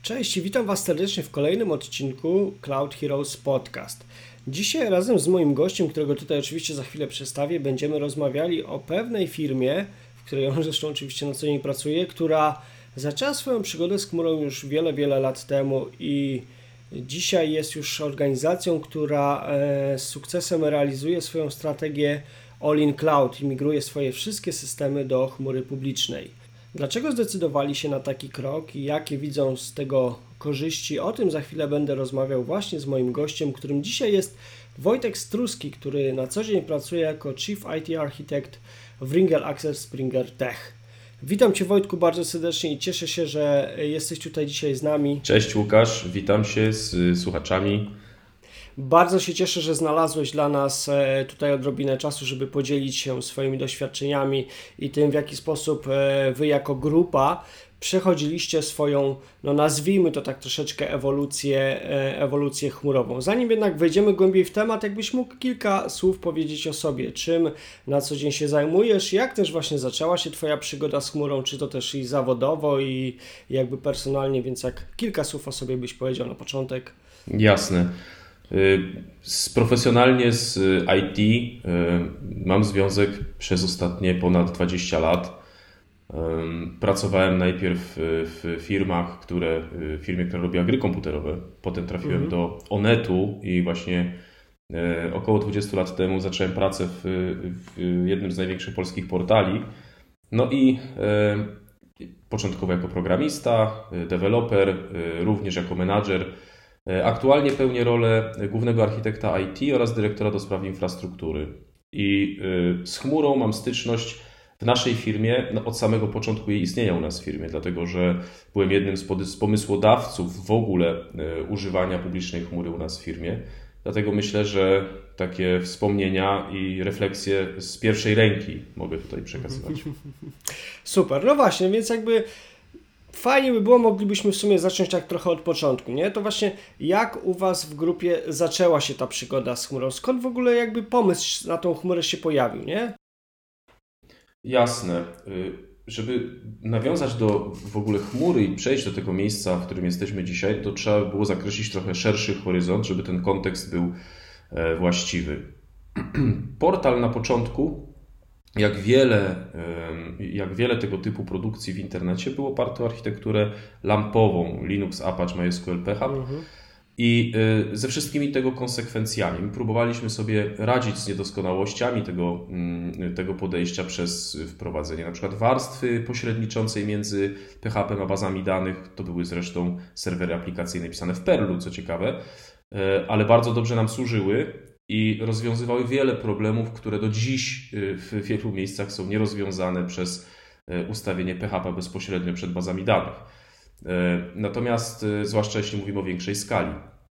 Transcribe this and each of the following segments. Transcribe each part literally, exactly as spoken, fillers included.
Cześć i witam Was serdecznie w kolejnym odcinku Cloud Heroes Podcast. Dzisiaj razem z moim gościem, którego tutaj oczywiście za chwilę przedstawię, będziemy rozmawiali o pewnej firmie, w której on zresztą oczywiście na co dzień pracuje, która zaczęła swoją przygodę z chmurą już wiele, wiele lat temu i dzisiaj jest już organizacją, która z sukcesem realizuje swoją strategię All in Cloud i migruje swoje wszystkie systemy do chmury publicznej. Dlaczego zdecydowali się na taki krok i jakie widzą z tego korzyści? O tym za chwilę będę rozmawiał właśnie z moim gościem, którym dzisiaj jest Wojtek Struski, który na co dzień pracuje jako Chief I T Architect w Ringle Access Springer Tech. Witam Cię, Wojtku, bardzo serdecznie i cieszę się, że jesteś tutaj dzisiaj z nami. Cześć Łukasz, witam się z słuchaczami. Bardzo się cieszę, że znalazłeś dla nas tutaj odrobinę czasu, żeby podzielić się swoimi doświadczeniami i tym, w jaki sposób Wy jako grupa przechodziliście swoją, no nazwijmy to tak troszeczkę ewolucję, ewolucję chmurową. Zanim jednak wejdziemy głębiej w temat, jakbyś mógł kilka słów powiedzieć o sobie, czym na co dzień się zajmujesz, jak też właśnie zaczęła się Twoja przygoda z chmurą, czy to też i zawodowo i jakby personalnie, więc jak kilka słów o sobie byś powiedział na początek. Jasne. Z, profesjonalnie z I T mam związek przez ostatnie ponad dwadzieścia lat. Pracowałem najpierw w firmach, które, w firmie, która robiła gry komputerowe. Potem trafiłem mhm. do Onetu i właśnie około dwadzieścia lat temu zacząłem pracę w, w jednym z największych polskich portali. No i początkowo jako programista, deweloper, również jako menadżer. Aktualnie pełnię rolę głównego architekta I T oraz dyrektora do spraw infrastruktury. I z chmurą mam styczność w naszej firmie od samego początku jej istnienia u nas w firmie, dlatego że byłem jednym z pomysłodawców w ogóle używania publicznej chmury u nas w firmie. Dlatego myślę, że takie wspomnienia i refleksje z pierwszej ręki mogę tutaj przekazywać. Super, no właśnie, więc jakby fajnie by było, moglibyśmy w sumie zacząć tak trochę od początku, nie? To właśnie jak u Was w grupie zaczęła się ta przygoda z chmurą? Skąd w ogóle jakby pomysł na tą chmurę się pojawił, nie? Jasne. Żeby nawiązać do w ogóle chmury i przejść do tego miejsca, w którym jesteśmy dzisiaj, to trzeba było zakreślić trochę szerszy horyzont, żeby ten kontekst był właściwy. Portal na początku, jak wiele, jak wiele tego typu produkcji w internecie, był oparty o architekturę lampową Linux, Apache, MySQL, P H P mhm. i ze wszystkimi tego konsekwencjami. Próbowaliśmy sobie radzić z niedoskonałościami tego, tego podejścia przez wprowadzenie na przykład warstwy pośredniczącej między P H P a bazami danych. To były zresztą serwery aplikacyjne pisane w Perlu, co ciekawe, ale bardzo dobrze nam służyły i rozwiązywały wiele problemów, które do dziś w wielu miejscach są nierozwiązane przez ustawienie P H P bezpośrednio przed bazami danych. Natomiast zwłaszcza jeśli mówimy o większej skali,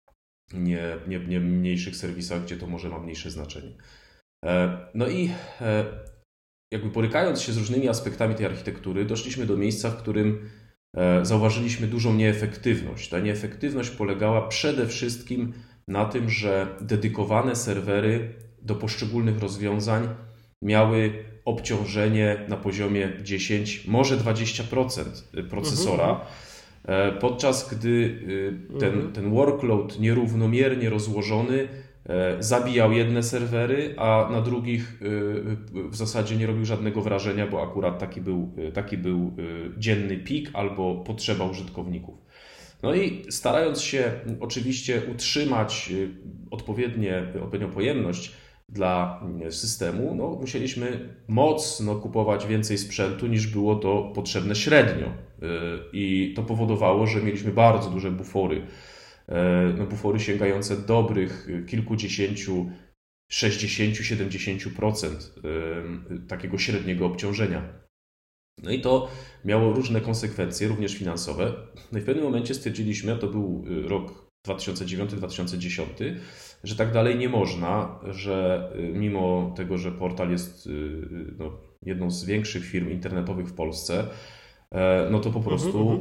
nie, nie, nie mniejszych serwisach, gdzie to może ma mniejsze znaczenie. No i jakby borykając się z różnymi aspektami tej architektury, doszliśmy do miejsca, w którym zauważyliśmy dużą nieefektywność. Ta nieefektywność polegała przede wszystkim na tym, że dedykowane serwery do poszczególnych rozwiązań miały obciążenie na poziomie dziesięć, może dwadzieścia procent procesora, mhm. podczas gdy ten, mhm. ten workload nierównomiernie rozłożony zabijał jedne serwery, a na drugich w zasadzie nie robił żadnego wrażenia, bo akurat taki był, taki był dzienny pik albo potrzeba użytkowników. No i starając się oczywiście utrzymać odpowiednie, odpowiednią pojemność dla systemu, no, musieliśmy mocno kupować więcej sprzętu niż było to potrzebne średnio. I to powodowało, że mieliśmy bardzo duże bufory. No, bufory sięgające dobrych kilkudziesięciu, sześćdziesięciu, siedemdziesięciu procent takiego średniego obciążenia. No i to miało różne konsekwencje, również finansowe. No i w pewnym momencie stwierdziliśmy, to był rok dwa tysiące dziewiąty dwa tysiące dziesiąty, że tak dalej nie można, że mimo tego, że portal jest no, jedną z większych firm internetowych w Polsce, no to po prostu,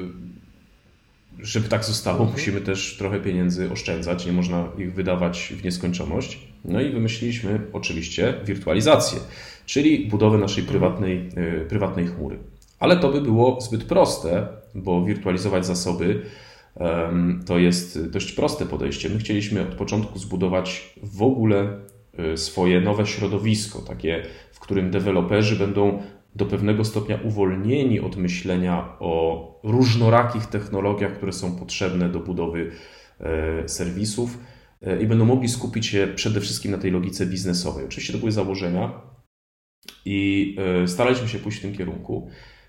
żeby tak zostało, musimy też trochę pieniędzy oszczędzać, nie można ich wydawać w nieskończoność. No i wymyśliliśmy oczywiście wirtualizację, czyli budowę naszej prywatnej, prywatnej chmury. Ale to by było zbyt proste, bo wirtualizować zasoby to jest dość proste podejście. My chcieliśmy od początku zbudować w ogóle swoje nowe środowisko, takie, w którym deweloperzy będą do pewnego stopnia uwolnieni od myślenia o różnorakich technologiach, które są potrzebne do budowy serwisów i będą mogli skupić się przede wszystkim na tej logice biznesowej. Oczywiście to były założenia i staraliśmy się pójść w tym kierunku.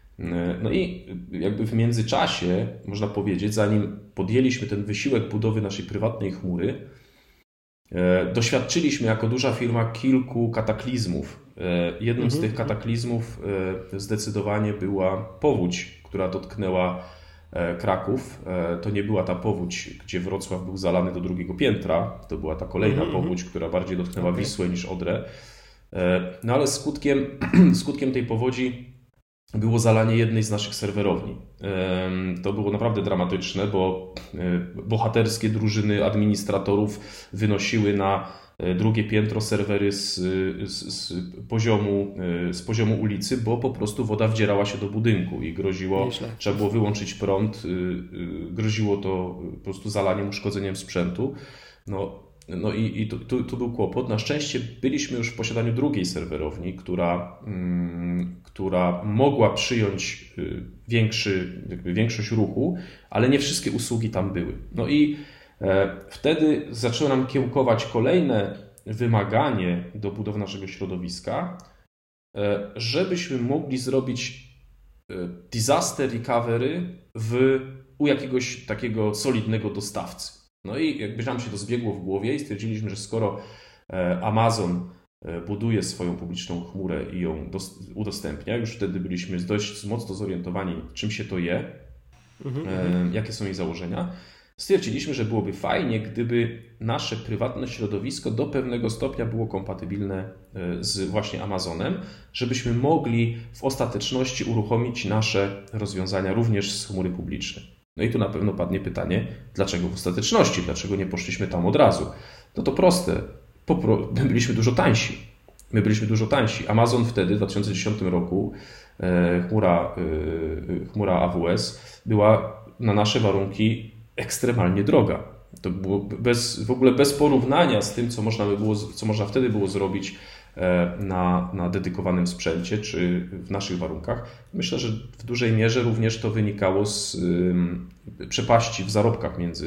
No i jakby w międzyczasie, można powiedzieć, zanim podjęliśmy ten wysiłek budowy naszej prywatnej chmury, doświadczyliśmy jako duża firma kilku kataklizmów. Jednym mhm. z tych kataklizmów zdecydowanie była powódź, która dotknęła Kraków. To nie była ta powódź, gdzie Wrocław był zalany do drugiego piętra. To była ta kolejna mhm. powódź, która bardziej dotknęła okay. Wisłę niż Odrę. No ale skutkiem, skutkiem tej powodzi było zalanie jednej z naszych serwerowni. To było naprawdę dramatyczne, bo bohaterskie drużyny administratorów wynosiły na drugie piętro serwery z, z, z, poziomu, z poziomu ulicy, bo po prostu woda wdzierała się do budynku i groziło, Myślę. trzeba było wyłączyć prąd, groziło to po prostu zalaniem, uszkodzeniem sprzętu. No, No i, i tu, tu, tu był kłopot. Na szczęście byliśmy już w posiadaniu drugiej serwerowni, która, mm, która mogła przyjąć większy, jakby większość ruchu, ale nie wszystkie usługi tam były. No i e, wtedy zaczęło nam kiełkować kolejne wymaganie do budowy naszego środowiska, e, żebyśmy mogli zrobić e, disaster recovery w, u jakiegoś takiego solidnego dostawcy. No i jakby nam się to zbiegło w głowie i stwierdziliśmy, że skoro Amazon buduje swoją publiczną chmurę i ją udostępnia, już wtedy byliśmy dość mocno zorientowani, czym się to je, mhm. jakie są jej założenia, stwierdziliśmy, że byłoby fajnie, gdyby nasze prywatne środowisko do pewnego stopnia było kompatybilne z właśnie Amazonem, żebyśmy mogli w ostateczności uruchomić nasze rozwiązania również z chmury publicznej. No i tu na pewno padnie pytanie, dlaczego w ostateczności, dlaczego nie poszliśmy tam od razu? No to proste, Popro... my byliśmy dużo tańsi. My byliśmy dużo tańsi. Amazon wtedy, w dwa tysiące dziesiątym roku, e, chmura, e, chmura A W S była na nasze warunki ekstremalnie droga. To było bez, w ogóle bez porównania z tym, co można, by było, co można wtedy było zrobić Na, na dedykowanym sprzęcie czy w naszych warunkach. Myślę, że w dużej mierze również to wynikało z y, przepaści w zarobkach między,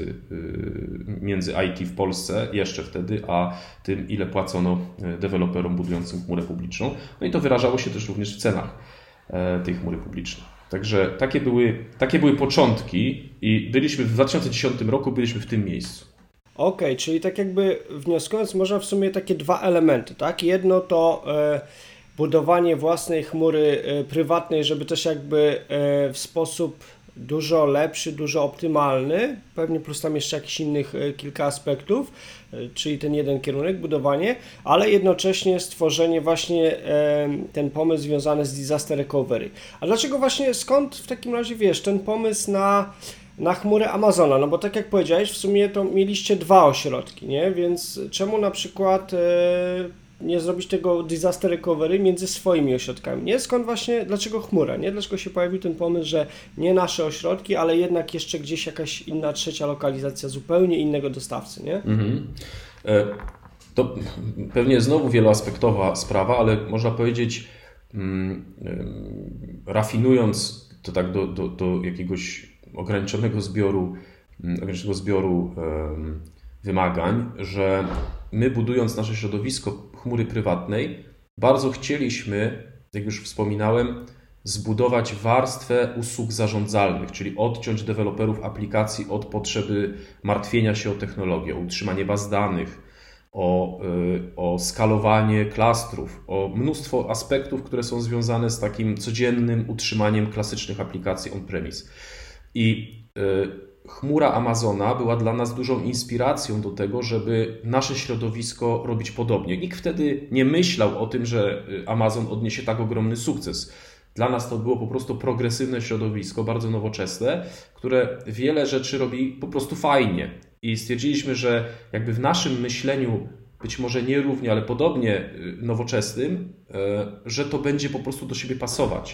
y, między I T w Polsce jeszcze wtedy, a tym, ile płacono deweloperom budującym chmurę publiczną. No i to wyrażało się też również w cenach e, tej chmury publicznej. Także takie były, takie były początki i byliśmy w dwa tysiące dziesiątym roku byliśmy w tym miejscu. Okej, okay, czyli tak jakby wnioskując można w sumie takie dwa elementy, tak? Jedno to e, budowanie własnej chmury e, prywatnej, żeby też jakby e, w sposób dużo lepszy, dużo optymalny, pewnie plus tam jeszcze jakichś innych e, kilka aspektów, e, czyli ten jeden kierunek, budowanie, ale jednocześnie stworzenie właśnie e, ten pomysł związany z disaster recovery. A dlaczego właśnie, skąd w takim razie wiesz, ten pomysł na na chmurę Amazona, no bo tak jak powiedziałeś, w sumie to mieliście dwa ośrodki, nie? Więc czemu na przykład e, nie zrobić tego disaster recovery między swoimi ośrodkami, nie? Skąd właśnie, dlaczego chmura, nie? Dlaczego się pojawił ten pomysł, że nie nasze ośrodki, ale jednak jeszcze gdzieś jakaś inna, trzecia lokalizacja zupełnie innego dostawcy, nie? Mhm. E, to pewnie znowu wieloaspektowa sprawa, ale można powiedzieć, mm, rafinując to tak do, do, do jakiegoś ograniczonego zbioru, ograniczonego zbioru um, wymagań, że my budując nasze środowisko chmury prywatnej, bardzo chcieliśmy, jak już wspominałem, zbudować warstwę usług zarządzalnych, czyli odciąć deweloperów aplikacji od potrzeby martwienia się o technologię, o utrzymanie baz danych, o, o skalowanie klastrów, o mnóstwo aspektów, które są związane z takim codziennym utrzymaniem klasycznych aplikacji on-premise. I y, chmura Amazona była dla nas dużą inspiracją do tego, żeby nasze środowisko robić podobnie. Nikt wtedy nie myślał o tym, że Amazon odniesie tak ogromny sukces. Dla nas to było po prostu progresywne środowisko, bardzo nowoczesne, które wiele rzeczy robi po prostu fajnie. I stwierdziliśmy, że jakby w naszym myśleniu, być może nie równie, ale podobnie nowoczesnym, że to będzie po prostu do siebie pasować.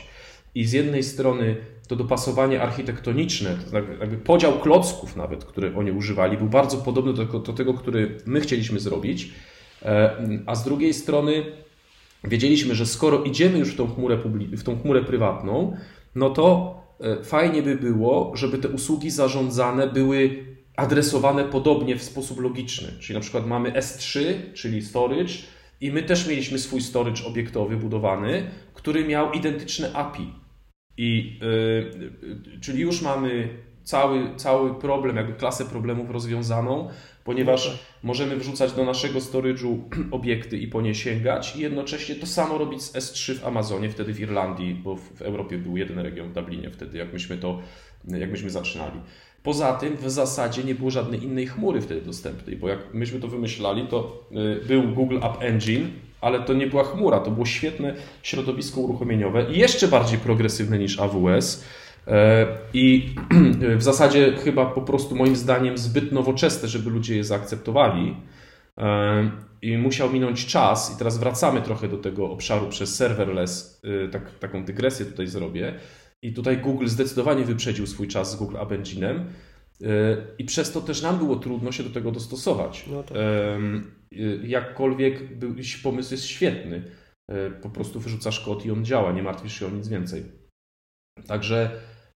i z jednej strony to dopasowanie architektoniczne, to jakby podział klocków nawet, który oni używali, był bardzo podobny do tego, do tego, który my chcieliśmy zrobić, a z drugiej strony wiedzieliśmy, że skoro idziemy już w tą chmurę, w tą chmurę prywatną, no to fajnie by było, żeby te usługi zarządzane były adresowane podobnie w sposób logiczny. Czyli na przykład mamy S trzy, czyli storage, i my też mieliśmy swój storage obiektowy budowany, który miał identyczne A P I. I, yy, czyli już mamy cały, cały problem, jakby klasę problemów rozwiązaną, ponieważ okay. możemy wrzucać do naszego storage'u obiekty i po nie sięgać i jednocześnie to samo robić z S trzy w Amazonie, wtedy w Irlandii, bo w Europie był jeden region w Dublinie wtedy, jak myśmy to, jak myśmy zaczynali. Poza tym w zasadzie nie było żadnej innej chmury wtedy dostępnej, bo jak myśmy to wymyślali, to był Google App Engine, ale to nie była chmura, to było świetne środowisko uruchomieniowe i jeszcze bardziej progresywne niż A W S. I w zasadzie chyba po prostu moim zdaniem zbyt nowoczesne, żeby ludzie je zaakceptowali. I musiał minąć czas i teraz wracamy trochę do tego obszaru przez serverless, tak, taką dygresję tutaj zrobię. I tutaj Google zdecydowanie wyprzedził swój czas z Google App Engine'em i przez to też nam było trudno się do tego dostosować. No tak. Jakkolwiek był, pomysł jest świetny, po prostu wyrzucasz kod i on działa, nie martwisz się o nic więcej. Także,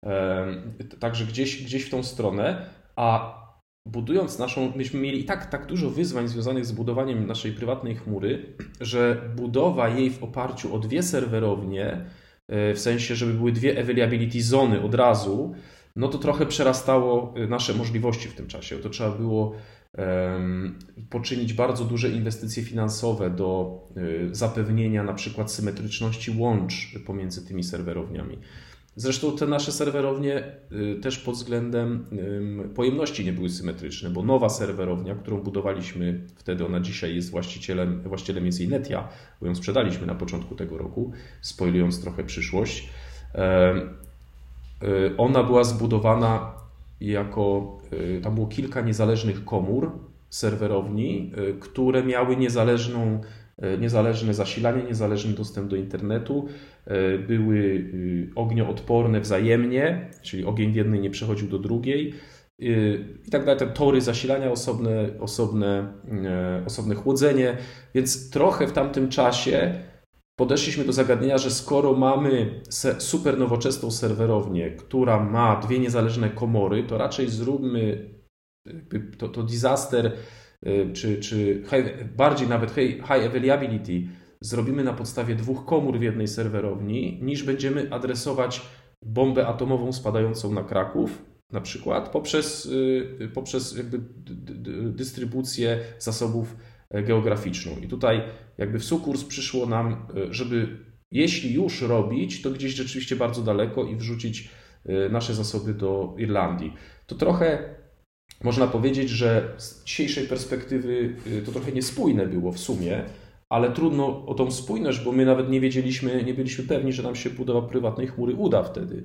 także gdzieś, gdzieś w tą stronę, a budując naszą, myśmy mieli i tak, tak dużo wyzwań związanych z budowaniem naszej prywatnej chmury, że budowa jej w oparciu o dwie serwerownie, w sensie, żeby były dwie availability zony od razu, no to trochę przerastało nasze możliwości w tym czasie. To trzeba było um, poczynić bardzo duże inwestycje finansowe do um, zapewnienia na przykład symetryczności łącz pomiędzy tymi serwerowniami. Zresztą te nasze serwerownie um, też pod względem um, pojemności nie były symetryczne, bo nowa serwerownia, którą budowaliśmy wtedy, ona dzisiaj jest właścicielem, właścicielem jest jej Netia, bo ją sprzedaliśmy na początku tego roku, spoilując trochę przyszłość. Um, Ona była zbudowana jako, tam było kilka niezależnych komór serwerowni, które miały niezależną, niezależne zasilanie, niezależny dostęp do internetu, były ognioodporne wzajemnie, czyli ogień w jednej nie przechodził do drugiej i tak dalej, te tory zasilania osobne, osobne, osobne chłodzenie, więc trochę w tamtym czasie podeszliśmy do zagadnienia, że skoro mamy super nowoczesną serwerownię, która ma dwie niezależne komory, to raczej zróbmy to, to disaster, czy, czy high, bardziej nawet high availability zrobimy na podstawie dwóch komór w jednej serwerowni, niż będziemy adresować bombę atomową spadającą na Kraków, na przykład poprzez, poprzez jakby dystrybucję zasobów geograficzną. I tutaj jakby w sukurs przyszło nam, żeby jeśli już robić, to gdzieś rzeczywiście bardzo daleko i wrzucić nasze zasoby do Irlandii. To trochę można powiedzieć, że z dzisiejszej perspektywy to trochę niespójne było w sumie, ale trudno o tą spójność, bo my nawet nie wiedzieliśmy, nie byliśmy pewni, że nam się budowa prywatnej chmury uda wtedy,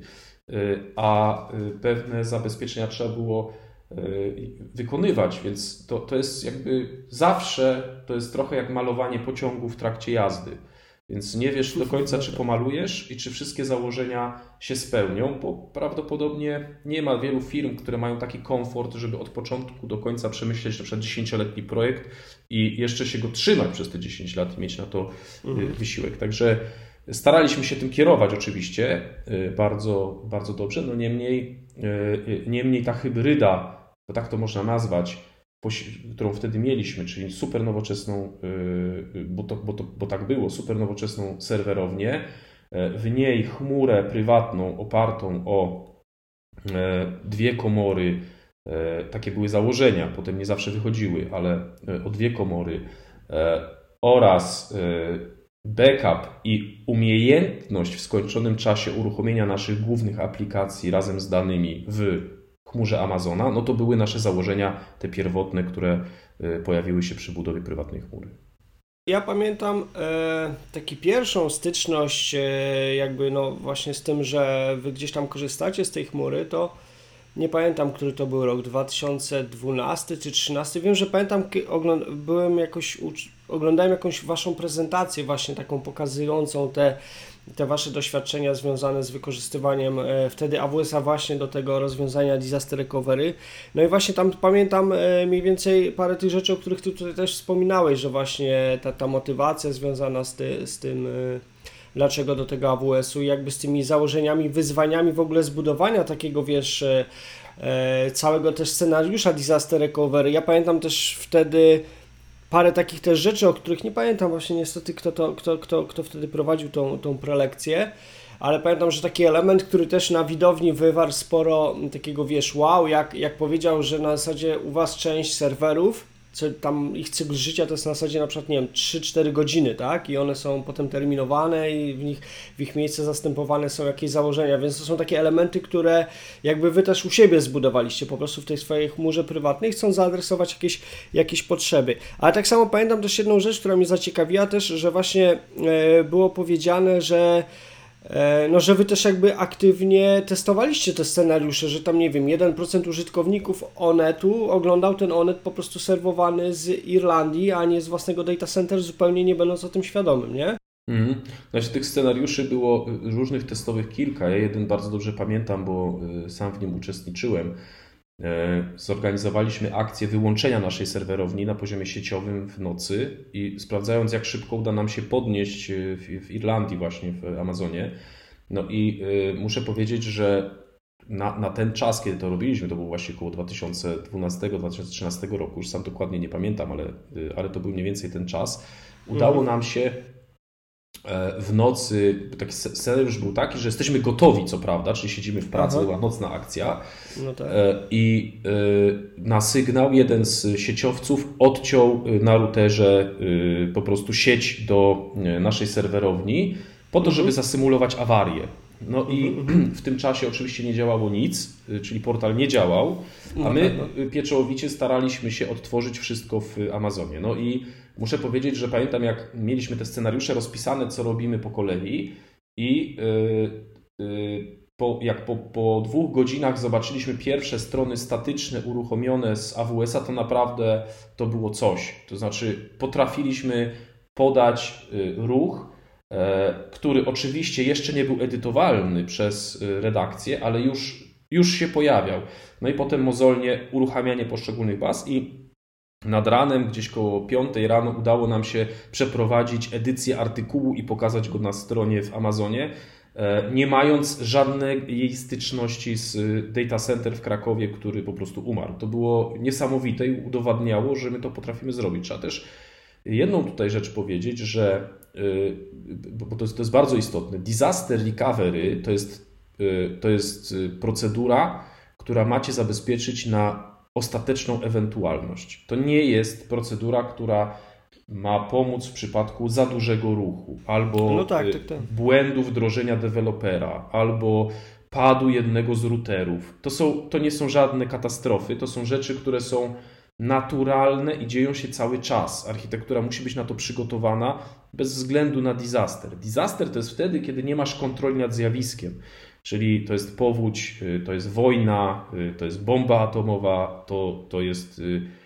a pewne zabezpieczenia trzeba było wykonywać, więc to, to jest jakby zawsze, to jest trochę jak malowanie pociągu w trakcie jazdy, więc nie wiesz do końca, czy pomalujesz i czy wszystkie założenia się spełnią, bo prawdopodobnie nie ma wielu firm, które mają taki komfort, żeby od początku do końca przemyśleć na przykład dziesięcioletni projekt i jeszcze się go trzymać przez te dziesięć lat i mieć na to mhm. wysiłek. Także staraliśmy się tym kierować oczywiście bardzo, bardzo dobrze, no niemniej, niemniej ta hybryda, bo tak to można nazwać, którą wtedy mieliśmy, czyli super nowoczesną, bo, to, bo, to, bo tak było, super nowoczesną serwerownię, w niej chmurę prywatną opartą o dwie komory, takie były założenia, potem nie zawsze wychodziły, ale o dwie komory oraz backup i umiejętność w skończonym czasie uruchomienia naszych głównych aplikacji razem z danymi w chmurze Amazona, no to były nasze założenia, te pierwotne, które pojawiły się przy budowie prywatnej chmury. Ja pamiętam e, taką pierwszą styczność e, jakby no właśnie z tym, że wy gdzieś tam korzystacie z tej chmury, to nie pamiętam, który to był rok, dwa tysiące dwunasty czy trzynasty. Wiem, że pamiętam, ogląd- byłem jakoś, oglądałem jakąś waszą prezentację właśnie taką pokazującą te te wasze doświadczenia związane z wykorzystywaniem e, wtedy A W S-a właśnie do tego rozwiązania disaster recovery. No i właśnie tam pamiętam e, mniej więcej parę tych rzeczy, o których ty tutaj też wspominałeś, że właśnie ta, ta motywacja związana z, ty, z tym, e, dlaczego do tego A W S-u, jakby z tymi założeniami, wyzwaniami w ogóle zbudowania takiego, wiesz, e, e, całego też scenariusza disaster recovery. Ja pamiętam też wtedy parę takich też rzeczy, o których nie pamiętam właśnie niestety, kto, to, kto, kto, kto wtedy prowadził tą, tą prelekcję, ale pamiętam, że taki element, który też na widowni wywarł sporo takiego, wiesz, wow, jak, jak powiedział, że na zasadzie u was część serwerów, co tam ich cykl życia to jest na zasadzie na przykład, nie wiem, trzy cztery godziny, tak? I one są potem terminowane i w nich, w ich miejsce zastępowane są jakieś założenia, więc to są takie elementy, które jakby wy też u siebie zbudowaliście po prostu w tej swojej chmurze prywatnej, chcąc zaadresować jakieś, jakieś potrzeby. Ale tak samo pamiętam też jedną rzecz, która mnie zaciekawiła też, że właśnie e, było powiedziane, że no, że wy też jakby aktywnie testowaliście te scenariusze, że tam, nie wiem, jeden procent użytkowników Onetu oglądał ten Onet po prostu serwowany z Irlandii, a nie z własnego data center, zupełnie nie będąc o tym świadomym, nie? Mhm. Znaczy tych scenariuszy było różnych testowych kilka. Ja jeden bardzo dobrze pamiętam, bo sam w nim uczestniczyłem. Zorganizowaliśmy akcję wyłączenia naszej serwerowni na poziomie sieciowym w nocy i sprawdzając, jak szybko uda nam się podnieść w Irlandii właśnie, w Amazonie. No i muszę powiedzieć, że na, na ten czas, kiedy to robiliśmy, to było właśnie około dwa tysiące dwunastego dwa tysiące trzynastego roku, już sam dokładnie nie pamiętam, ale, ale to był mniej więcej ten czas, udało mhm. nam się w nocy, taki scenariusz był taki, że jesteśmy gotowi, co prawda, czyli siedzimy w pracy, Aha. była nocna akcja no tak. i na sygnał jeden z sieciowców odciął na routerze po prostu sieć do naszej serwerowni po to, żeby zasymulować awarię. No i w tym czasie oczywiście nie działało nic, czyli portal nie działał, a my pieczołowicie staraliśmy się odtworzyć wszystko w Amazonie. No i muszę powiedzieć, że pamiętam, jak mieliśmy te scenariusze rozpisane, co robimy po kolei i yy, yy, po, jak po, po dwóch godzinach zobaczyliśmy pierwsze strony statyczne uruchomione z A W S-a, to naprawdę to było coś. To znaczy potrafiliśmy podać yy, ruch, yy, który oczywiście jeszcze nie był edytowalny przez yy, redakcję, ale już, już się pojawiał. No i potem mozolnie uruchamianie poszczególnych baz i nad ranem, gdzieś koło piątej rano udało nam się przeprowadzić edycję artykułu i pokazać go na stronie w Amazonie, nie mając żadnej jej styczności z data center w Krakowie, który po prostu umarł. To było niesamowite i udowadniało, że my to potrafimy zrobić. Trzeba też jedną tutaj rzecz powiedzieć, że, bo to jest, to jest bardzo istotne, disaster recovery to jest, to jest procedura, która macie zabezpieczyć na ostateczną ewentualność. To nie jest procedura, która ma pomóc w przypadku za dużego ruchu, albo no tak, tak, tak. błędu wdrożenia dewelopera, albo padu jednego z routerów. To, są, to nie są żadne katastrofy, to są rzeczy, które są naturalne i dzieją się cały czas. Architektura musi być na to przygotowana bez względu na disaster. Disaster to jest wtedy, kiedy nie masz kontroli nad zjawiskiem. Czyli to jest powódź, to jest wojna, to jest bomba atomowa, to, to jest,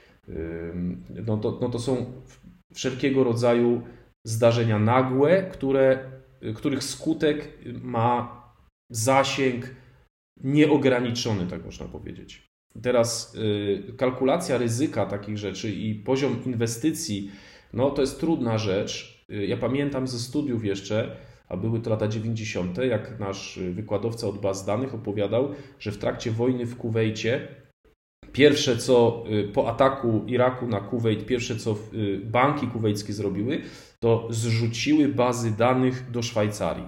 no to, no to są wszelkiego rodzaju zdarzenia nagłe, które, których skutek ma zasięg nieograniczony, tak można powiedzieć. Teraz kalkulacja ryzyka takich rzeczy i poziom inwestycji, no to jest trudna rzecz. Ja pamiętam ze studiów jeszcze, a były to lata dziewięćdziesiąte, jak nasz wykładowca od baz danych opowiadał, że w trakcie wojny w Kuwejcie pierwsze co po ataku Iraku na Kuwejt, pierwsze co banki kuwejskie zrobiły, to zrzuciły bazy danych do Szwajcarii.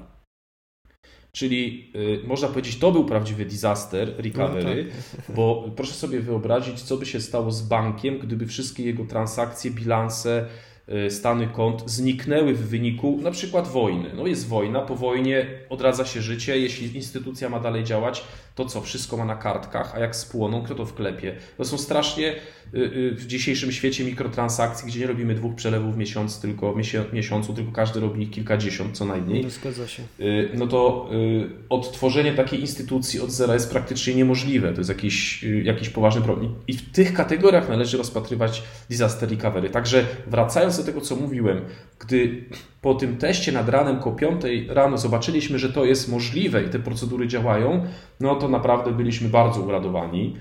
Czyli można powiedzieć, to był prawdziwy disaster recovery, no tak. Bo proszę sobie wyobrazić, co by się stało z bankiem, gdyby wszystkie jego transakcje, bilanse, stany kont zniknęły w wyniku na przykład wojny. No jest wojna, po wojnie odradza się życie, jeśli instytucja ma dalej działać, To co, wszystko ma na kartkach, a jak spłoną, kto to wklepie? To są strasznie w dzisiejszym świecie mikrotransakcji, gdzie nie robimy dwóch przelewów w miesiąc, tylko miesiącu, tylko każdy robi kilkadziesiąt co najmniej. Zgadza się. No to odtworzenie takiej instytucji od zera jest praktycznie niemożliwe. To jest jakiś, jakiś poważny problem. I w tych kategoriach należy rozpatrywać disaster recovery. Także wracając do tego, co mówiłem, gdy po tym teście nad ranem koło piątej rano zobaczyliśmy, że to jest możliwe i te procedury działają, no to naprawdę byliśmy bardzo uradowani.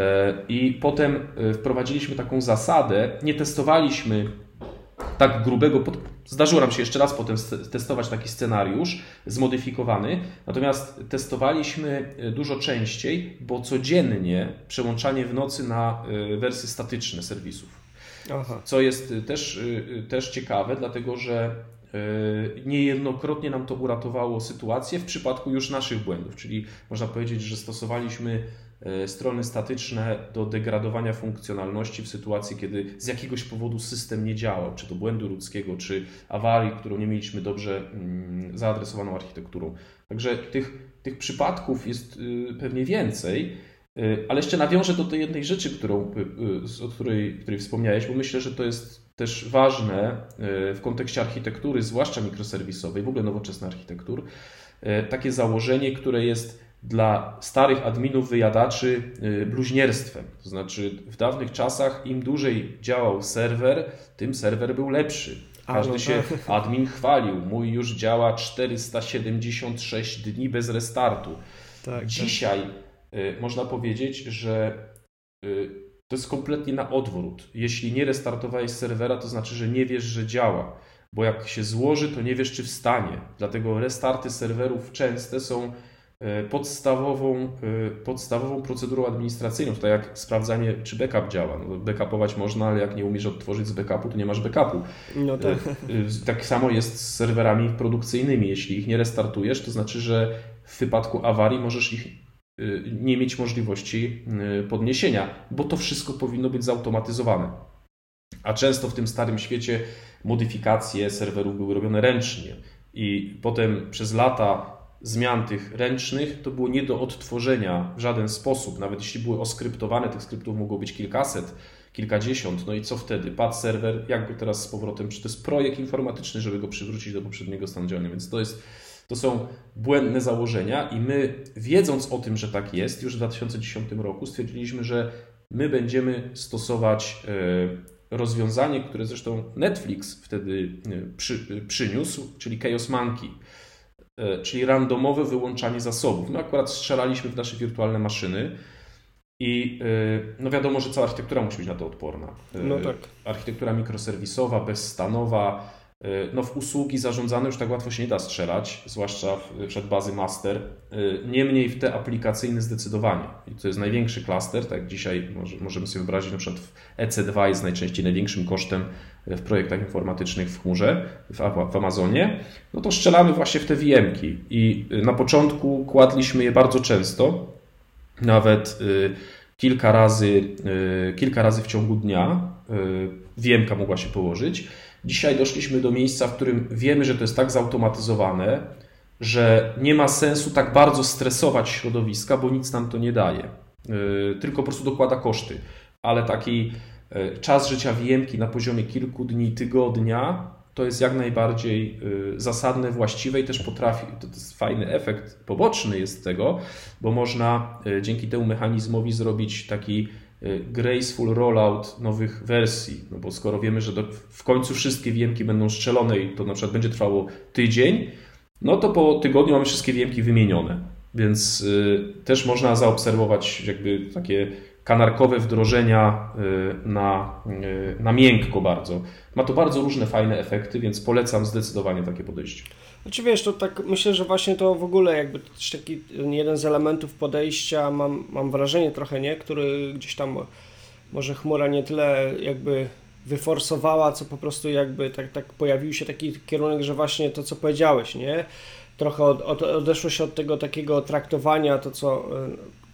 I potem wprowadziliśmy taką zasadę, nie testowaliśmy tak grubego, zdarzyło nam się jeszcze raz potem testować taki scenariusz zmodyfikowany, natomiast testowaliśmy dużo częściej, bo codziennie przełączanie w nocy na wersje statyczne serwisów. Aha. Co jest też, też ciekawe, dlatego że niejednokrotnie nam to uratowało sytuację w przypadku już naszych błędów, czyli można powiedzieć, że stosowaliśmy strony statyczne do degradowania funkcjonalności w sytuacji, kiedy z jakiegoś powodu system nie działał, czy to błędu ludzkiego, czy awarii, którą nie mieliśmy dobrze zaadresowaną architekturą. Także tych, tych przypadków jest pewnie więcej, ale jeszcze nawiążę do tej jednej rzeczy, którą, o której, której wspomniałeś, bo myślę, że to jest też ważne w kontekście architektury, zwłaszcza mikroserwisowej, w ogóle nowoczesnych architektur, takie założenie, które jest dla starych adminów wyjadaczy bluźnierstwem. To znaczy w dawnych czasach im dłużej działał serwer, tym serwer był lepszy. Każdy się admin chwalił. Mój już działa czterysta siedemdziesiąt sześć dni bez restartu. Tak, Dzisiaj tak. można powiedzieć, że to jest kompletnie na odwrót. Jeśli nie restartowałeś serwera, to znaczy, że nie wiesz, że działa. Bo jak się złoży, to nie wiesz, czy wstanie. Dlatego restarty serwerów częste są podstawową, podstawową procedurą administracyjną. To jak sprawdzanie, czy backup działa. No, backupować można, ale jak nie umiesz odtworzyć z backupu, to nie masz backupu. No tak. Tak samo jest z serwerami produkcyjnymi. Jeśli ich nie restartujesz, to znaczy, że w wypadku awarii możesz ich nie mieć możliwości podniesienia, bo to wszystko powinno być zautomatyzowane. A często w tym starym świecie modyfikacje serwerów były robione ręcznie i potem przez lata zmian tych ręcznych to było nie do odtworzenia w żaden sposób. Nawet jeśli były oskryptowane, tych skryptów mogło być kilkaset, kilkadziesiąt. No i co wtedy? Padł serwer, jak go teraz z powrotem? Czy to jest projekt informatyczny, żeby go przywrócić do poprzedniego stanu działania? Więc to jest, to są błędne założenia i my, wiedząc o tym, że tak jest, już w dwa tysiące dziesiątym roku stwierdziliśmy, że my będziemy stosować rozwiązanie, które zresztą Netflix wtedy przy, przyniósł, czyli Chaos Monkey, czyli randomowe wyłączanie zasobów. My akurat strzelaliśmy w nasze wirtualne maszyny i no wiadomo, że cała architektura musi być na to odporna. No tak. Architektura mikroserwisowa, bezstanowa, no w usługi zarządzane już tak łatwo się nie da strzelać, zwłaszcza przed bazy master. Niemniej w te aplikacyjne zdecydowanie. I to jest największy klaster, tak jak dzisiaj może, możemy sobie wyobrazić, na przykład w E C dwa jest najczęściej największym kosztem w projektach informatycznych w chmurze, w, w Amazonie. No to strzelamy właśnie w te V M-ki i na początku kładliśmy je bardzo często, nawet kilka razy, kilka razy w ciągu dnia V M-ka mogła się położyć. Dzisiaj doszliśmy do miejsca, w którym wiemy, że to jest tak zautomatyzowane, że nie ma sensu tak bardzo stresować środowiska, bo nic nam to nie daje. Tylko po prostu dokłada koszty. Ale taki czas życia V M-ki na poziomie kilku dni, tygodnia to jest jak najbardziej zasadne, właściwe i też potrafi, to jest fajny efekt poboczny jest tego, bo można dzięki temu mechanizmowi zrobić taki graceful rollout nowych wersji, no bo skoro wiemy, że do, w końcu wszystkie V M-ki będą strzelone i to na przykład będzie trwało tydzień, no to po tygodniu mamy wszystkie V M-ki wymienione, więc y, też można zaobserwować jakby takie kanarkowe wdrożenia y, na, y, na miękko bardzo. Ma to bardzo różne fajne efekty, więc polecam zdecydowanie takie podejście. Znaczy wiesz, to tak myślę, że właśnie to w ogóle jakby też taki jeden z elementów podejścia, mam, mam wrażenie trochę, nie, który gdzieś tam może chmura nie tyle jakby wyforsowała, co po prostu jakby tak, tak pojawił się taki kierunek, że właśnie to, co powiedziałeś, nie, trochę od, od, odeszło się od tego takiego traktowania, to co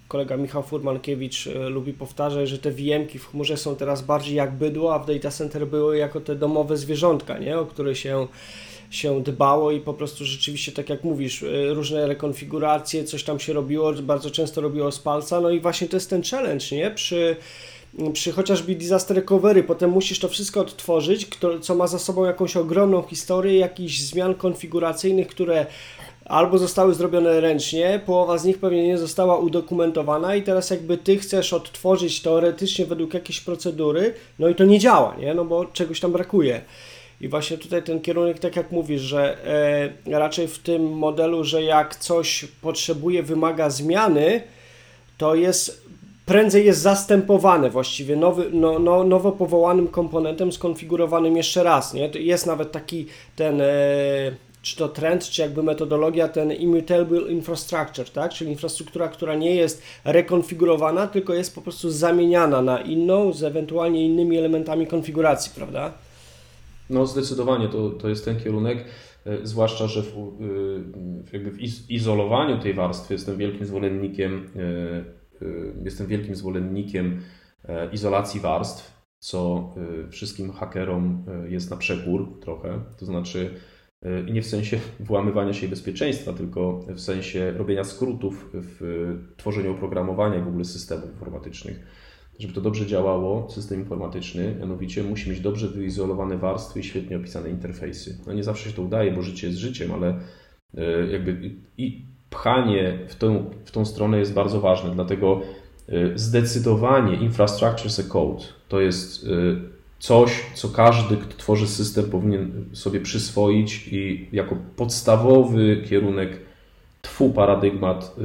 kolega Michał Furmankiewicz lubi powtarzać, że te V M-ki w chmurze są teraz bardziej jak bydło, a w data center były jako te domowe zwierzątka, nie? O które się, się dbało i po prostu rzeczywiście, tak jak mówisz, różne rekonfiguracje, coś tam się robiło, bardzo często robiło z palca, no i właśnie to jest ten challenge, nie? Przy przy chociażby disaster recovery, potem musisz to wszystko odtworzyć, co ma za sobą jakąś ogromną historię, jakichś zmian konfiguracyjnych, które albo zostały zrobione ręcznie, połowa z nich pewnie nie została udokumentowana i teraz jakby ty chcesz odtworzyć teoretycznie według jakiejś procedury, no i to nie działa, nie? No bo czegoś tam brakuje. I właśnie tutaj ten kierunek, tak jak mówisz, że e, raczej w tym modelu, że jak coś potrzebuje, wymaga zmiany, to jest prędzej jest zastępowane właściwie nowy, no, no, nowo powołanym komponentem skonfigurowanym jeszcze raz, nie? Jest nawet taki ten, e, czy to trend, czy jakby metodologia, ten immutable infrastructure, tak? Czyli infrastruktura, która nie jest rekonfigurowana, tylko jest po prostu zamieniana na inną, z ewentualnie innymi elementami konfiguracji, prawda? No zdecydowanie to, to jest ten kierunek, e, zwłaszcza, że w, e, jakby w iz, izolowaniu tej warstwy jestem wielkim zwolennikiem e, Jestem wielkim zwolennikiem izolacji warstw, co wszystkim hakerom jest na przekór trochę, to znaczy i nie w sensie włamywania się i bezpieczeństwa, tylko w sensie robienia skrótów w tworzeniu oprogramowania i w ogóle systemów informatycznych. Żeby to dobrze działało, system informatyczny, mianowicie musi mieć dobrze wyizolowane warstwy i świetnie opisane interfejsy. No nie zawsze się to udaje, bo życie jest życiem, ale jakby i pchanie w tą, w tą stronę jest bardzo ważne, dlatego zdecydowanie infrastructure as a code to jest coś, co każdy, kto tworzy system, powinien sobie przyswoić i jako podstawowy kierunek, tfu, paradygmat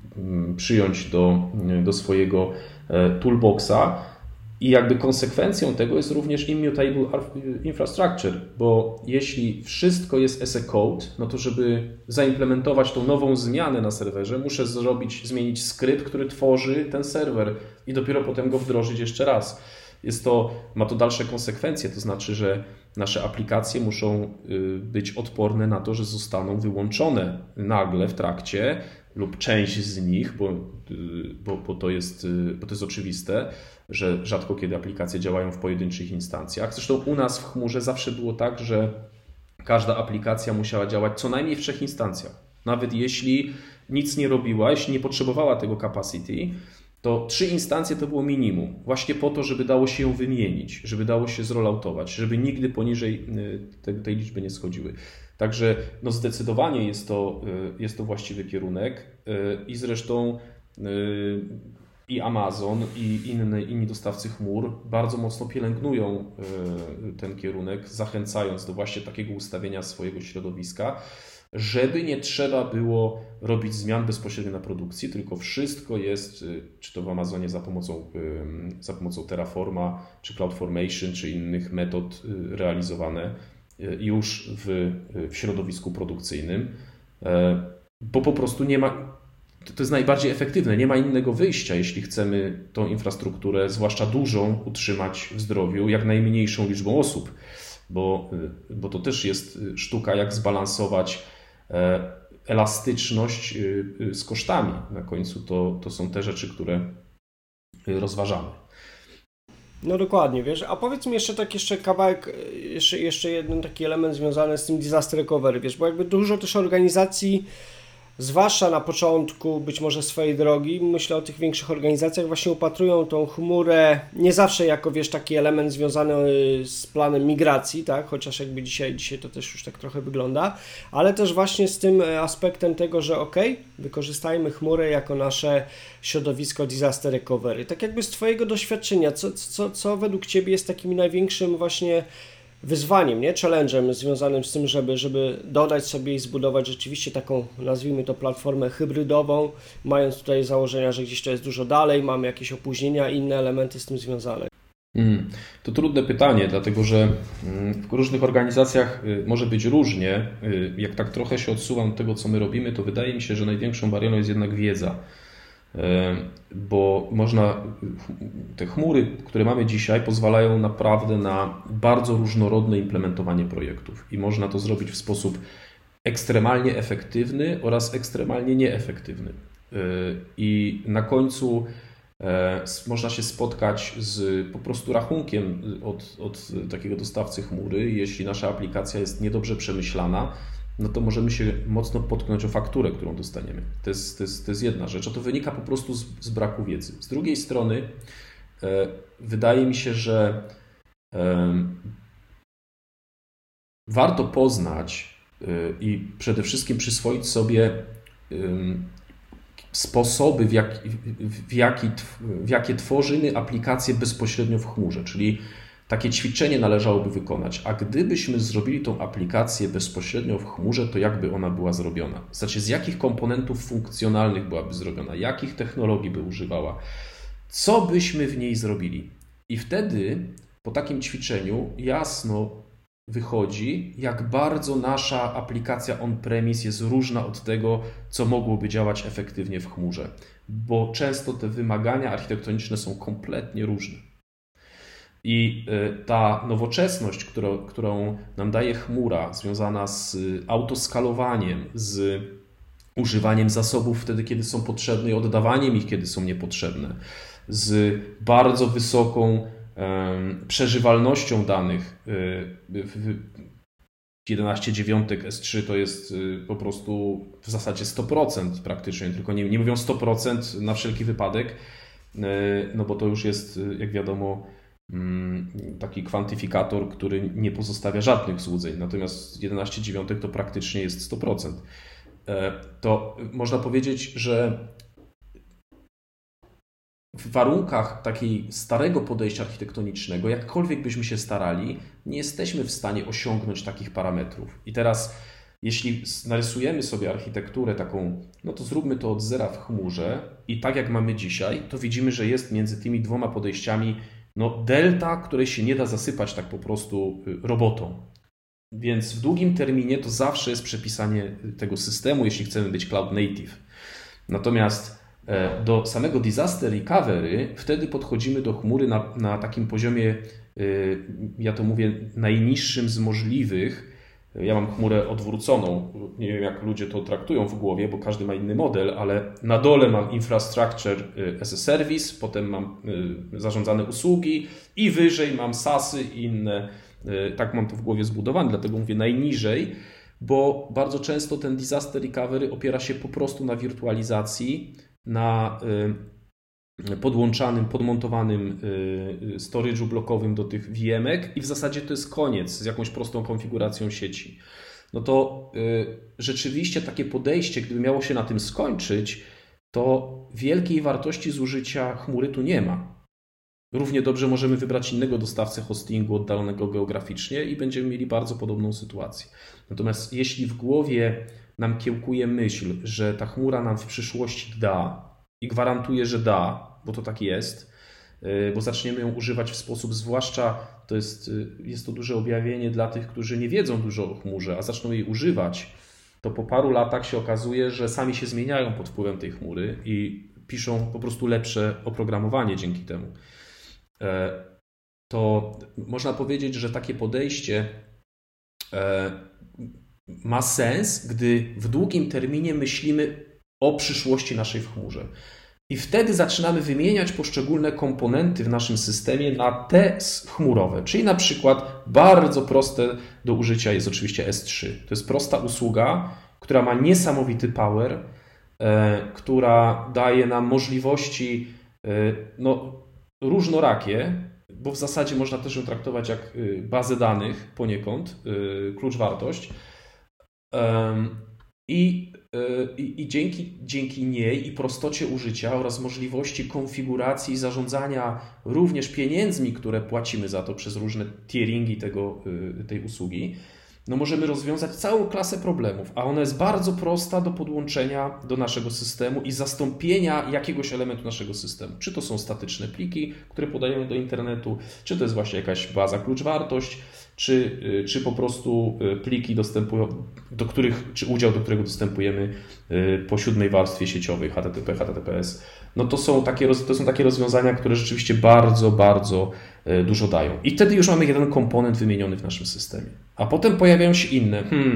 przyjąć do, do swojego toolboxa. I jakby konsekwencją tego jest również immutable infrastructure, bo jeśli wszystko jest as a code, no to żeby zaimplementować tą nową zmianę na serwerze, muszę zrobić, zmienić skrypt, który tworzy ten serwer i dopiero potem go wdrożyć jeszcze raz. Jest to, ma to dalsze konsekwencje, to znaczy, że nasze aplikacje muszą być odporne na to, że zostaną wyłączone nagle w trakcie lub część z nich, bo, bo, bo, to jest, bo to jest oczywiste, że rzadko kiedy aplikacje działają w pojedynczych instancjach. Zresztą u nas w chmurze zawsze było tak, że każda aplikacja musiała działać co najmniej w trzech instancjach. Nawet jeśli nic nie robiła, jeśli nie potrzebowała tego capacity, to trzy instancje to było minimum. Właśnie po to, żeby dało się ją wymienić, żeby dało się zrolautować, żeby nigdy poniżej tej, tej liczby nie schodziły. Także no zdecydowanie jest to, jest to właściwy kierunek i zresztą i Amazon, i inne, inni dostawcy chmur bardzo mocno pielęgnują ten kierunek, zachęcając do właśnie takiego ustawienia swojego środowiska, żeby nie trzeba było robić zmian bezpośrednio na produkcji, tylko wszystko jest, czy to w Amazonie za pomocą, za pomocą Terraforma, czy CloudFormation, czy innych metod realizowane już w, w środowisku produkcyjnym, bo po prostu nie ma, to jest najbardziej efektywne, nie ma innego wyjścia, jeśli chcemy tą infrastrukturę, zwłaszcza dużą, utrzymać w zdrowiu jak najmniejszą liczbą osób, bo, bo to też jest sztuka, jak zbalansować elastyczność z kosztami. Na końcu to, to są te rzeczy, które rozważamy. No dokładnie, wiesz, a powiedz mi jeszcze tak jeszcze kawałek, jeszcze, jeszcze jeden taki element związany z tym disaster recovery, wiesz, bo jakby dużo też organizacji, zwłaszcza na początku być może swojej drogi, myślę o tych większych organizacjach, właśnie upatrują tą chmurę nie zawsze jako, wiesz, taki element związany z planem migracji, tak, chociaż jakby dzisiaj, dzisiaj to też już tak trochę wygląda, ale też właśnie z tym aspektem tego, że ok, wykorzystajmy chmurę jako nasze środowisko disaster recovery. Tak jakby z Twojego doświadczenia, co, co, co według Ciebie jest takim największym właśnie wyzwaniem, nie? Challenge'em związanym z tym, żeby, żeby dodać sobie i zbudować rzeczywiście taką, nazwijmy to, platformę hybrydową, mając tutaj założenia, że gdzieś to jest dużo dalej, mamy jakieś opóźnienia i inne elementy z tym związane. Hmm. To trudne pytanie, dlatego że w różnych organizacjach może być różnie. Jak tak trochę się odsuwam od tego, co my robimy, to wydaje mi się, że największą barierą jest jednak wiedza. Bo można, te chmury, które mamy dzisiaj, pozwalają naprawdę na bardzo różnorodne implementowanie projektów i można to zrobić w sposób ekstremalnie efektywny oraz ekstremalnie nieefektywny. i na końcu można się spotkać z po prostu rachunkiem od, od takiego dostawcy chmury. Jeśli nasza aplikacja jest niedobrze przemyślana, no to możemy się mocno potknąć o fakturę, którą dostaniemy. To jest, to jest, to jest jedna rzecz, a to wynika po prostu z, z braku wiedzy. Z drugiej strony e, wydaje mi się, że e, warto poznać e, i przede wszystkim przyswoić sobie e, sposoby, w, jak, w, jaki, w jakie tworzymy aplikacje bezpośrednio w chmurze, czyli takie ćwiczenie należałoby wykonać. A gdybyśmy zrobili tą aplikację bezpośrednio w chmurze, to jakby ona była zrobiona? Znaczy, z jakich komponentów funkcjonalnych byłaby zrobiona? Jakich technologii by używała? Co byśmy w niej zrobili? I wtedy po takim ćwiczeniu jasno wychodzi, jak bardzo nasza aplikacja on-premise jest różna od tego, co mogłoby działać efektywnie w chmurze. Bo często te wymagania architektoniczne są kompletnie różne. I ta nowoczesność, którą, którą nam daje chmura, związana z autoskalowaniem, z używaniem zasobów wtedy, kiedy są potrzebne i oddawaniem ich, kiedy są niepotrzebne, z bardzo wysoką przeżywalnością danych. jedenaście dziewięć S trzy to jest po prostu w zasadzie sto procent praktycznie, tylko nie, nie mówią sto procent na wszelki wypadek, no bo to już jest, jak wiadomo, taki kwantyfikator, który nie pozostawia żadnych złudzeń. Natomiast jedenaście dziewięć to praktycznie jest sto procent. To można powiedzieć, że w warunkach takiego starego podejścia architektonicznego, jakkolwiek byśmy się starali, nie jesteśmy w stanie osiągnąć takich parametrów. I teraz, jeśli narysujemy sobie architekturę taką, no to zróbmy to od zera w chmurze i tak jak mamy dzisiaj, to widzimy, że jest między tymi dwoma podejściami no delta, której się nie da zasypać tak po prostu robotą. Więc w długim terminie to zawsze jest przepisanie tego systemu, jeśli chcemy być cloud native. Natomiast do samego disaster recovery wtedy podchodzimy do chmury na, na takim poziomie, ja to mówię, najniższym z możliwych. Ja mam chmurę odwróconą. Nie wiem, jak ludzie to traktują w głowie, bo każdy ma inny model, ale na dole mam infrastructure as a service, potem mam zarządzane usługi i wyżej mam SaaSy i inne. Tak mam to w głowie zbudowane, dlatego mówię najniżej, bo bardzo często ten disaster recovery opiera się po prostu na wirtualizacji, na podłączanym, podmontowanym storage'u blokowym do tych V M-ek i w zasadzie to jest koniec z jakąś prostą konfiguracją sieci. No to rzeczywiście takie podejście, gdyby miało się na tym skończyć, to wielkiej wartości zużycia chmury tu nie ma. Równie dobrze możemy wybrać innego dostawcę hostingu oddalonego geograficznie i będziemy mieli bardzo podobną sytuację. Natomiast jeśli w głowie nam kiełkuje myśl, że ta chmura nam w przyszłości da i gwarantuje, że da, bo to tak jest, bo zaczniemy ją używać w sposób, zwłaszcza to jest, jest to duże objawienie dla tych, którzy nie wiedzą dużo o chmurze, a zaczną jej używać, to po paru latach się okazuje, że sami się zmieniają pod wpływem tej chmury i piszą po prostu lepsze oprogramowanie dzięki temu. To można powiedzieć, że takie podejście ma sens, gdy w długim terminie myślimy o przyszłości naszej w chmurze. I wtedy zaczynamy wymieniać poszczególne komponenty w naszym systemie na te chmurowe. Czyli na przykład bardzo proste do użycia jest oczywiście S trzy. To jest prosta usługa, która ma niesamowity power, e, która daje nam możliwości e, no, różnorakie, bo w zasadzie można też ją traktować jak bazę danych poniekąd, e, klucz wartość. E, I I, i dzięki, dzięki niej i prostocie użycia oraz możliwości konfiguracji i zarządzania również pieniędzmi, które płacimy za to przez różne tieringi tego, tej usługi, no możemy rozwiązać całą klasę problemów, a ona jest bardzo prosta do podłączenia do naszego systemu i zastąpienia jakiegoś elementu naszego systemu. Czy to są statyczne pliki, które podajemy do internetu, czy to jest właśnie jakaś baza klucz-wartość, czy, czy po prostu pliki dostępują, do których, czy udział, do którego dostępujemy po siódmej warstwie sieciowej H T T P, H T T P S. No to są takie, to są takie rozwiązania, które rzeczywiście bardzo, bardzo dużo dają. I wtedy już mamy jeden komponent wymieniony w naszym systemie. A potem pojawiają się inne. Hmm,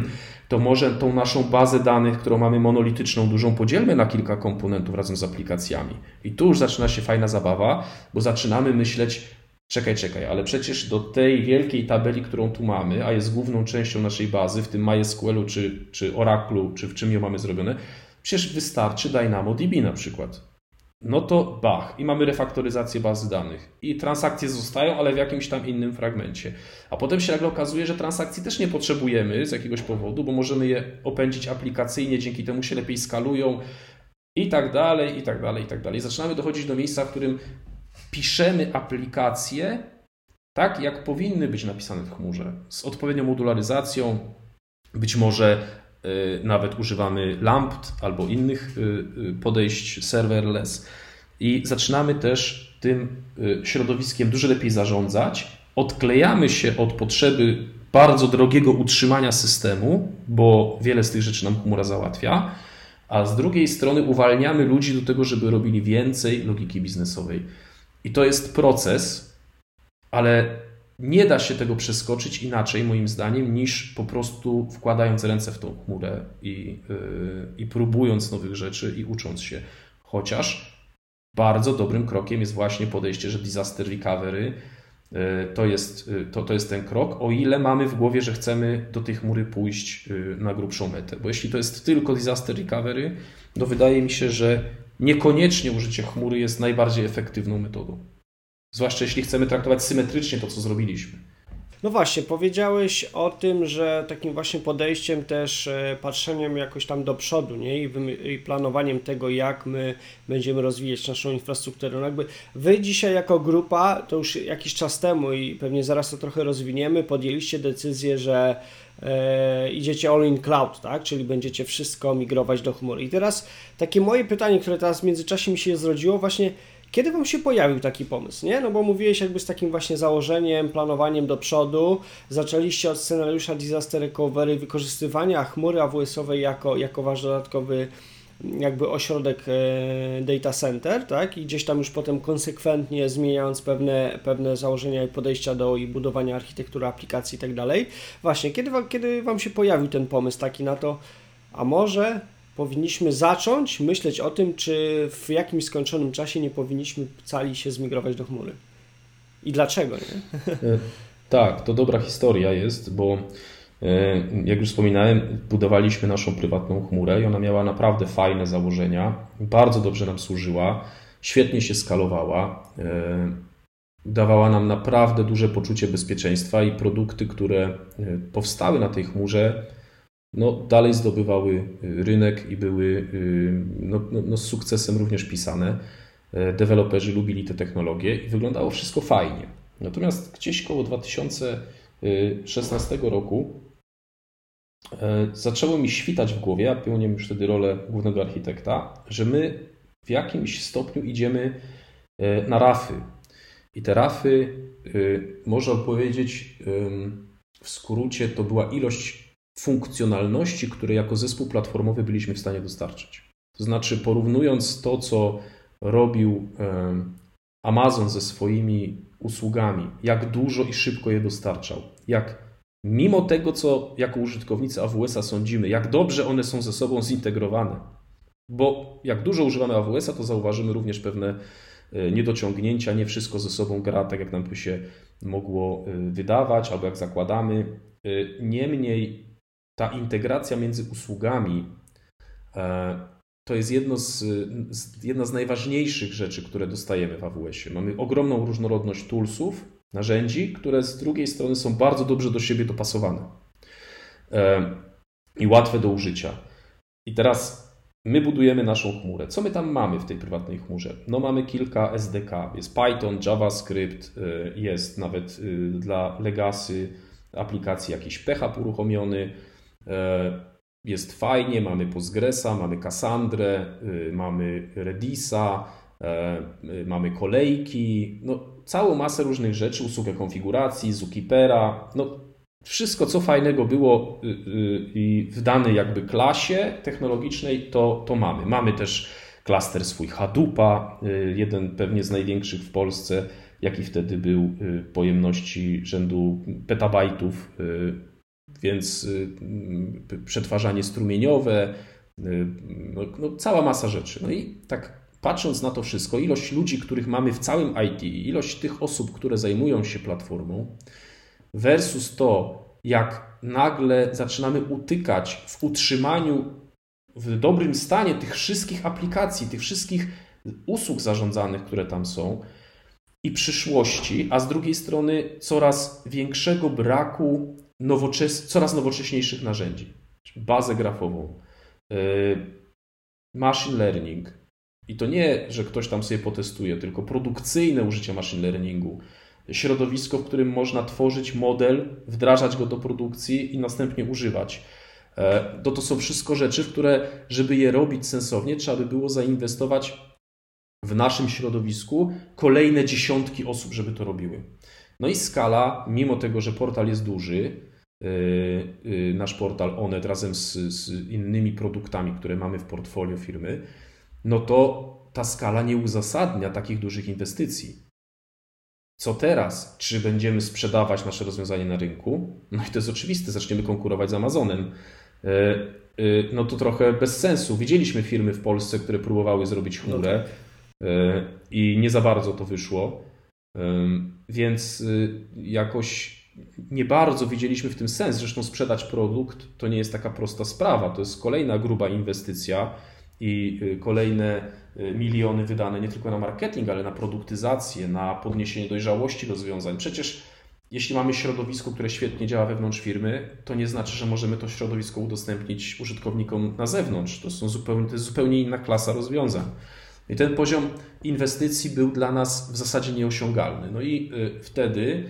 to może tą naszą bazę danych, którą mamy monolityczną, dużą, podzielmy na kilka komponentów razem z aplikacjami. I tu już zaczyna się fajna zabawa, bo zaczynamy myśleć, czekaj, czekaj, ale przecież do tej wielkiej tabeli, którą tu mamy, a jest główną częścią naszej bazy, w tym MySQL-u czy, czy Oracle'u, czy w czym ją mamy zrobione, przecież wystarczy DynamoDB na przykład. No to bach, i mamy refaktoryzację bazy danych. I transakcje zostają, ale w jakimś tam innym fragmencie. A potem się nagle okazuje, że transakcji też nie potrzebujemy z jakiegoś powodu, bo możemy je opędzić aplikacyjnie, dzięki temu się lepiej skalują i tak dalej, i tak dalej, i tak dalej. Zaczynamy dochodzić do miejsca, w którym piszemy aplikacje tak, jak powinny być napisane w chmurze. Z odpowiednią modularyzacją, być może nawet używamy Lambd albo innych podejść serverless i zaczynamy też tym środowiskiem dużo lepiej zarządzać. Odklejamy się od potrzeby bardzo drogiego utrzymania systemu, bo wiele z tych rzeczy nam chmura załatwia, a z drugiej strony uwalniamy ludzi do tego, żeby robili więcej logiki biznesowej. I to jest proces, ale nie da się tego przeskoczyć inaczej, moim zdaniem, niż po prostu wkładając ręce w tą chmurę i, yy, i próbując nowych rzeczy i ucząc się. Chociaż bardzo dobrym krokiem jest właśnie podejście, że disaster recovery yy, to, jest, yy, to, to jest ten krok, o ile mamy w głowie, że chcemy do tej chmury pójść yy, na grubszą metę. Bo jeśli to jest tylko disaster recovery, to wydaje mi się, że niekoniecznie użycie chmury jest najbardziej efektywną metodą. Zwłaszcza jeśli chcemy traktować symetrycznie to, co zrobiliśmy. No właśnie, powiedziałeś o tym, że takim właśnie podejściem też, patrzeniem jakoś tam do przodu, nie? I, I planowaniem tego, jak my będziemy rozwijać naszą infrastrukturę. No jakby wy dzisiaj jako grupa, to już jakiś czas temu i pewnie zaraz to trochę rozwiniemy, podjęliście decyzję, że e, idziecie all in cloud, tak? Czyli będziecie wszystko migrować do chmury. I teraz takie moje pytanie, które teraz w międzyczasie mi się zrodziło, właśnie kiedy Wam się pojawił taki pomysł, nie? No bo mówiłeś jakby z takim właśnie założeniem, planowaniem do przodu, zaczęliście od scenariusza disaster recovery, wykorzystywania chmury A W S-owej jako, jako wasz dodatkowy jakby ośrodek e, data center, tak? I gdzieś tam już potem konsekwentnie zmieniając pewne, pewne założenia i podejścia do i budowania architektury aplikacji i tak dalej. Właśnie, kiedy, kiedy Wam się pojawił ten pomysł taki na to, a może powinniśmy zacząć myśleć o tym, czy w jakimś skończonym czasie nie powinniśmy cali się zmigrować do chmury. I dlaczego, nie? Tak, to dobra historia jest, bo jak już wspominałem, budowaliśmy naszą prywatną chmurę i ona miała naprawdę fajne założenia, bardzo dobrze nam służyła, świetnie się skalowała, dawała nam naprawdę duże poczucie bezpieczeństwa i produkty, które powstały na tej chmurze, no, dalej zdobywały rynek i były no, no, no, z sukcesem również pisane. Deweloperzy lubili te technologie i wyglądało wszystko fajnie. Natomiast gdzieś koło dwa tysiące szesnastego roku zaczęło mi świtać w głowie, ja pełniłem już wtedy rolę głównego architekta, że my w jakimś stopniu idziemy na rafy. I te rafy, można powiedzieć, w skrócie to była ilość funkcjonalności, które jako zespół platformowy byliśmy w stanie dostarczyć. To znaczy, porównując to, co robił Amazon ze swoimi usługami, jak dużo i szybko je dostarczał, jak mimo tego, co jako użytkownicy A W S-a sądzimy, jak dobrze one są ze sobą zintegrowane, bo jak dużo używamy A W S-a, to zauważymy również pewne niedociągnięcia, nie wszystko ze sobą gra tak, jak nam by się mogło wydawać, albo jak zakładamy. Niemniej ta integracja między usługami to jest jedno z, jedna z najważniejszych rzeczy, które dostajemy w A W S-ie. Mamy ogromną różnorodność toolsów, narzędzi, które z drugiej strony są bardzo dobrze do siebie dopasowane i łatwe do użycia. I teraz my budujemy naszą chmurę. Co my tam mamy w tej prywatnej chmurze? No mamy kilka S D K. Jest Python, JavaScript, jest nawet dla legacy aplikacji jakiś P H P uruchomiony. Jest fajnie, mamy Postgresa, mamy Cassandrę, mamy Redisa, mamy kolejki, no całą masę różnych rzeczy, usługę konfiguracji, Zookipera, no wszystko co fajnego było i w danej jakby klasie technologicznej to, to mamy. Mamy też klaster swój Hadoopa, jeden pewnie z największych w Polsce, jaki wtedy był pojemności rzędu petabajtów Więc przetwarzanie strumieniowe, no, no, cała masa rzeczy. No i tak patrząc na to wszystko, ilość ludzi, których mamy w całym I T, ilość tych osób, które zajmują się platformą, versus to, jak nagle zaczynamy utykać w utrzymaniu w dobrym stanie tych wszystkich aplikacji, tych wszystkich usług zarządzanych, które tam są i przyszłości, a z drugiej strony coraz większego braku nowoczes- coraz nowocześniejszych narzędzi. Bazę grafową, yy, machine learning. I to nie, że ktoś tam sobie potestuje, tylko produkcyjne użycie machine learningu. Środowisko, w którym można tworzyć model, wdrażać go do produkcji i następnie używać. To to są wszystko rzeczy, w które, żeby je robić sensownie, trzeba by było zainwestować w naszym środowisku kolejne dziesiątki osób, żeby to robiły. No i skala, mimo tego, że portal jest duży, nasz portal Onet razem z, z innymi produktami, które mamy w portfolio firmy, no to ta skala nie uzasadnia takich dużych inwestycji. Co teraz? Czy będziemy sprzedawać nasze rozwiązanie na rynku? No i to jest oczywiste, zaczniemy konkurować z Amazonem. No to trochę bez sensu. Widzieliśmy firmy w Polsce, które próbowały zrobić chmurę no tak. i nie za bardzo to wyszło. Więc jakoś nie bardzo widzieliśmy w tym sens. Zresztą sprzedać produkt to nie jest taka prosta sprawa. To jest kolejna gruba inwestycja i kolejne miliony wydane nie tylko na marketing, ale na produktyzację, na podniesienie dojrzałości rozwiązań. Przecież jeśli mamy środowisko, które świetnie działa wewnątrz firmy, to nie znaczy, że możemy to środowisko udostępnić użytkownikom na zewnątrz. To, są zupełnie, to jest zupełnie inna klasa rozwiązań. I ten poziom inwestycji był dla nas w zasadzie nieosiągalny. No i wtedy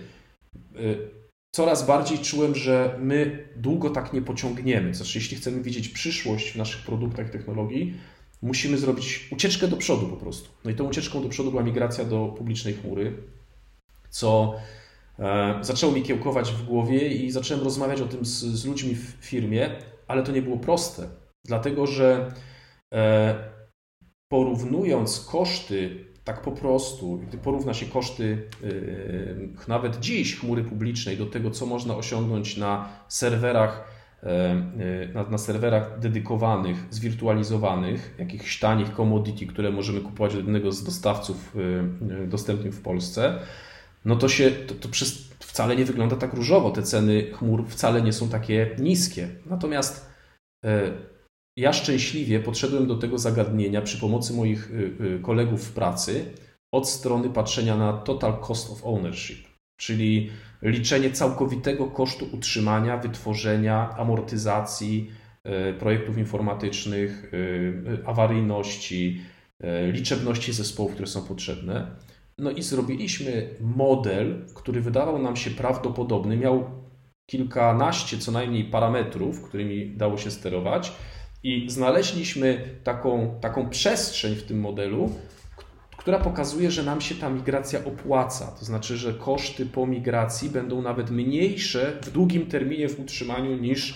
coraz bardziej czułem, że my długo tak nie pociągniemy. Znaczy, jeśli chcemy widzieć przyszłość w naszych produktach i technologii, musimy zrobić ucieczkę do przodu po prostu. No i tą ucieczką do przodu była migracja do publicznej chmury, co e, zaczęło mi kiełkować w głowie i zacząłem rozmawiać o tym z, z ludźmi w firmie, ale to nie było proste, dlatego że e, porównując koszty tak po prostu, gdy porówna się koszty yy, nawet dziś chmury publicznej do tego, co można osiągnąć na serwerach, yy, na, na serwerach dedykowanych, zwirtualizowanych, jakichś tanich commodity, które możemy kupować od jednego z dostawców yy, dostępnych w Polsce, no to się to, to przez, wcale nie wygląda tak różowo. Te ceny chmur wcale nie są takie niskie. Natomiast yy, ja szczęśliwie podszedłem do tego zagadnienia przy pomocy moich kolegów w pracy od strony patrzenia na total cost of ownership, czyli liczenie całkowitego kosztu utrzymania, wytworzenia, amortyzacji projektów informatycznych, awaryjności, liczebności zespołów, które są potrzebne. No i zrobiliśmy model, który wydawał nam się prawdopodobny, miał kilkanaście co najmniej parametrów, którymi dało się sterować. I znaleźliśmy taką, taką przestrzeń w tym modelu, która pokazuje, że nam się ta migracja opłaca. To znaczy, że koszty po migracji będą nawet mniejsze w długim terminie w utrzymaniu niż,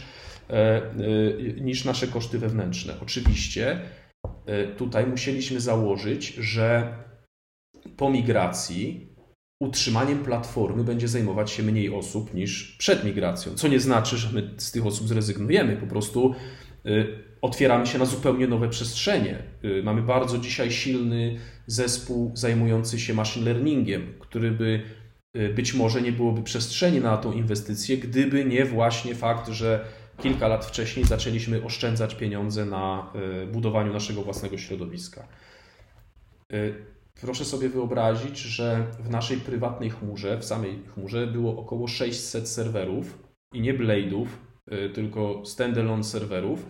niż nasze koszty wewnętrzne. Oczywiście tutaj musieliśmy założyć, że po migracji utrzymaniem platformy będzie zajmować się mniej osób niż przed migracją. Co nie znaczy, że my z tych osób zrezygnujemy. Po prostu otwieramy się na zupełnie nowe przestrzenie. Mamy bardzo dzisiaj silny zespół zajmujący się machine learningiem, który by być może nie byłoby przestrzeni na tą inwestycję, gdyby nie właśnie fakt, że kilka lat wcześniej zaczęliśmy oszczędzać pieniądze na budowaniu naszego własnego środowiska. Proszę sobie wyobrazić, że w naszej prywatnej chmurze, w samej chmurze było około sześćset serwerów i nie blade'ów, tylko standalone serwerów,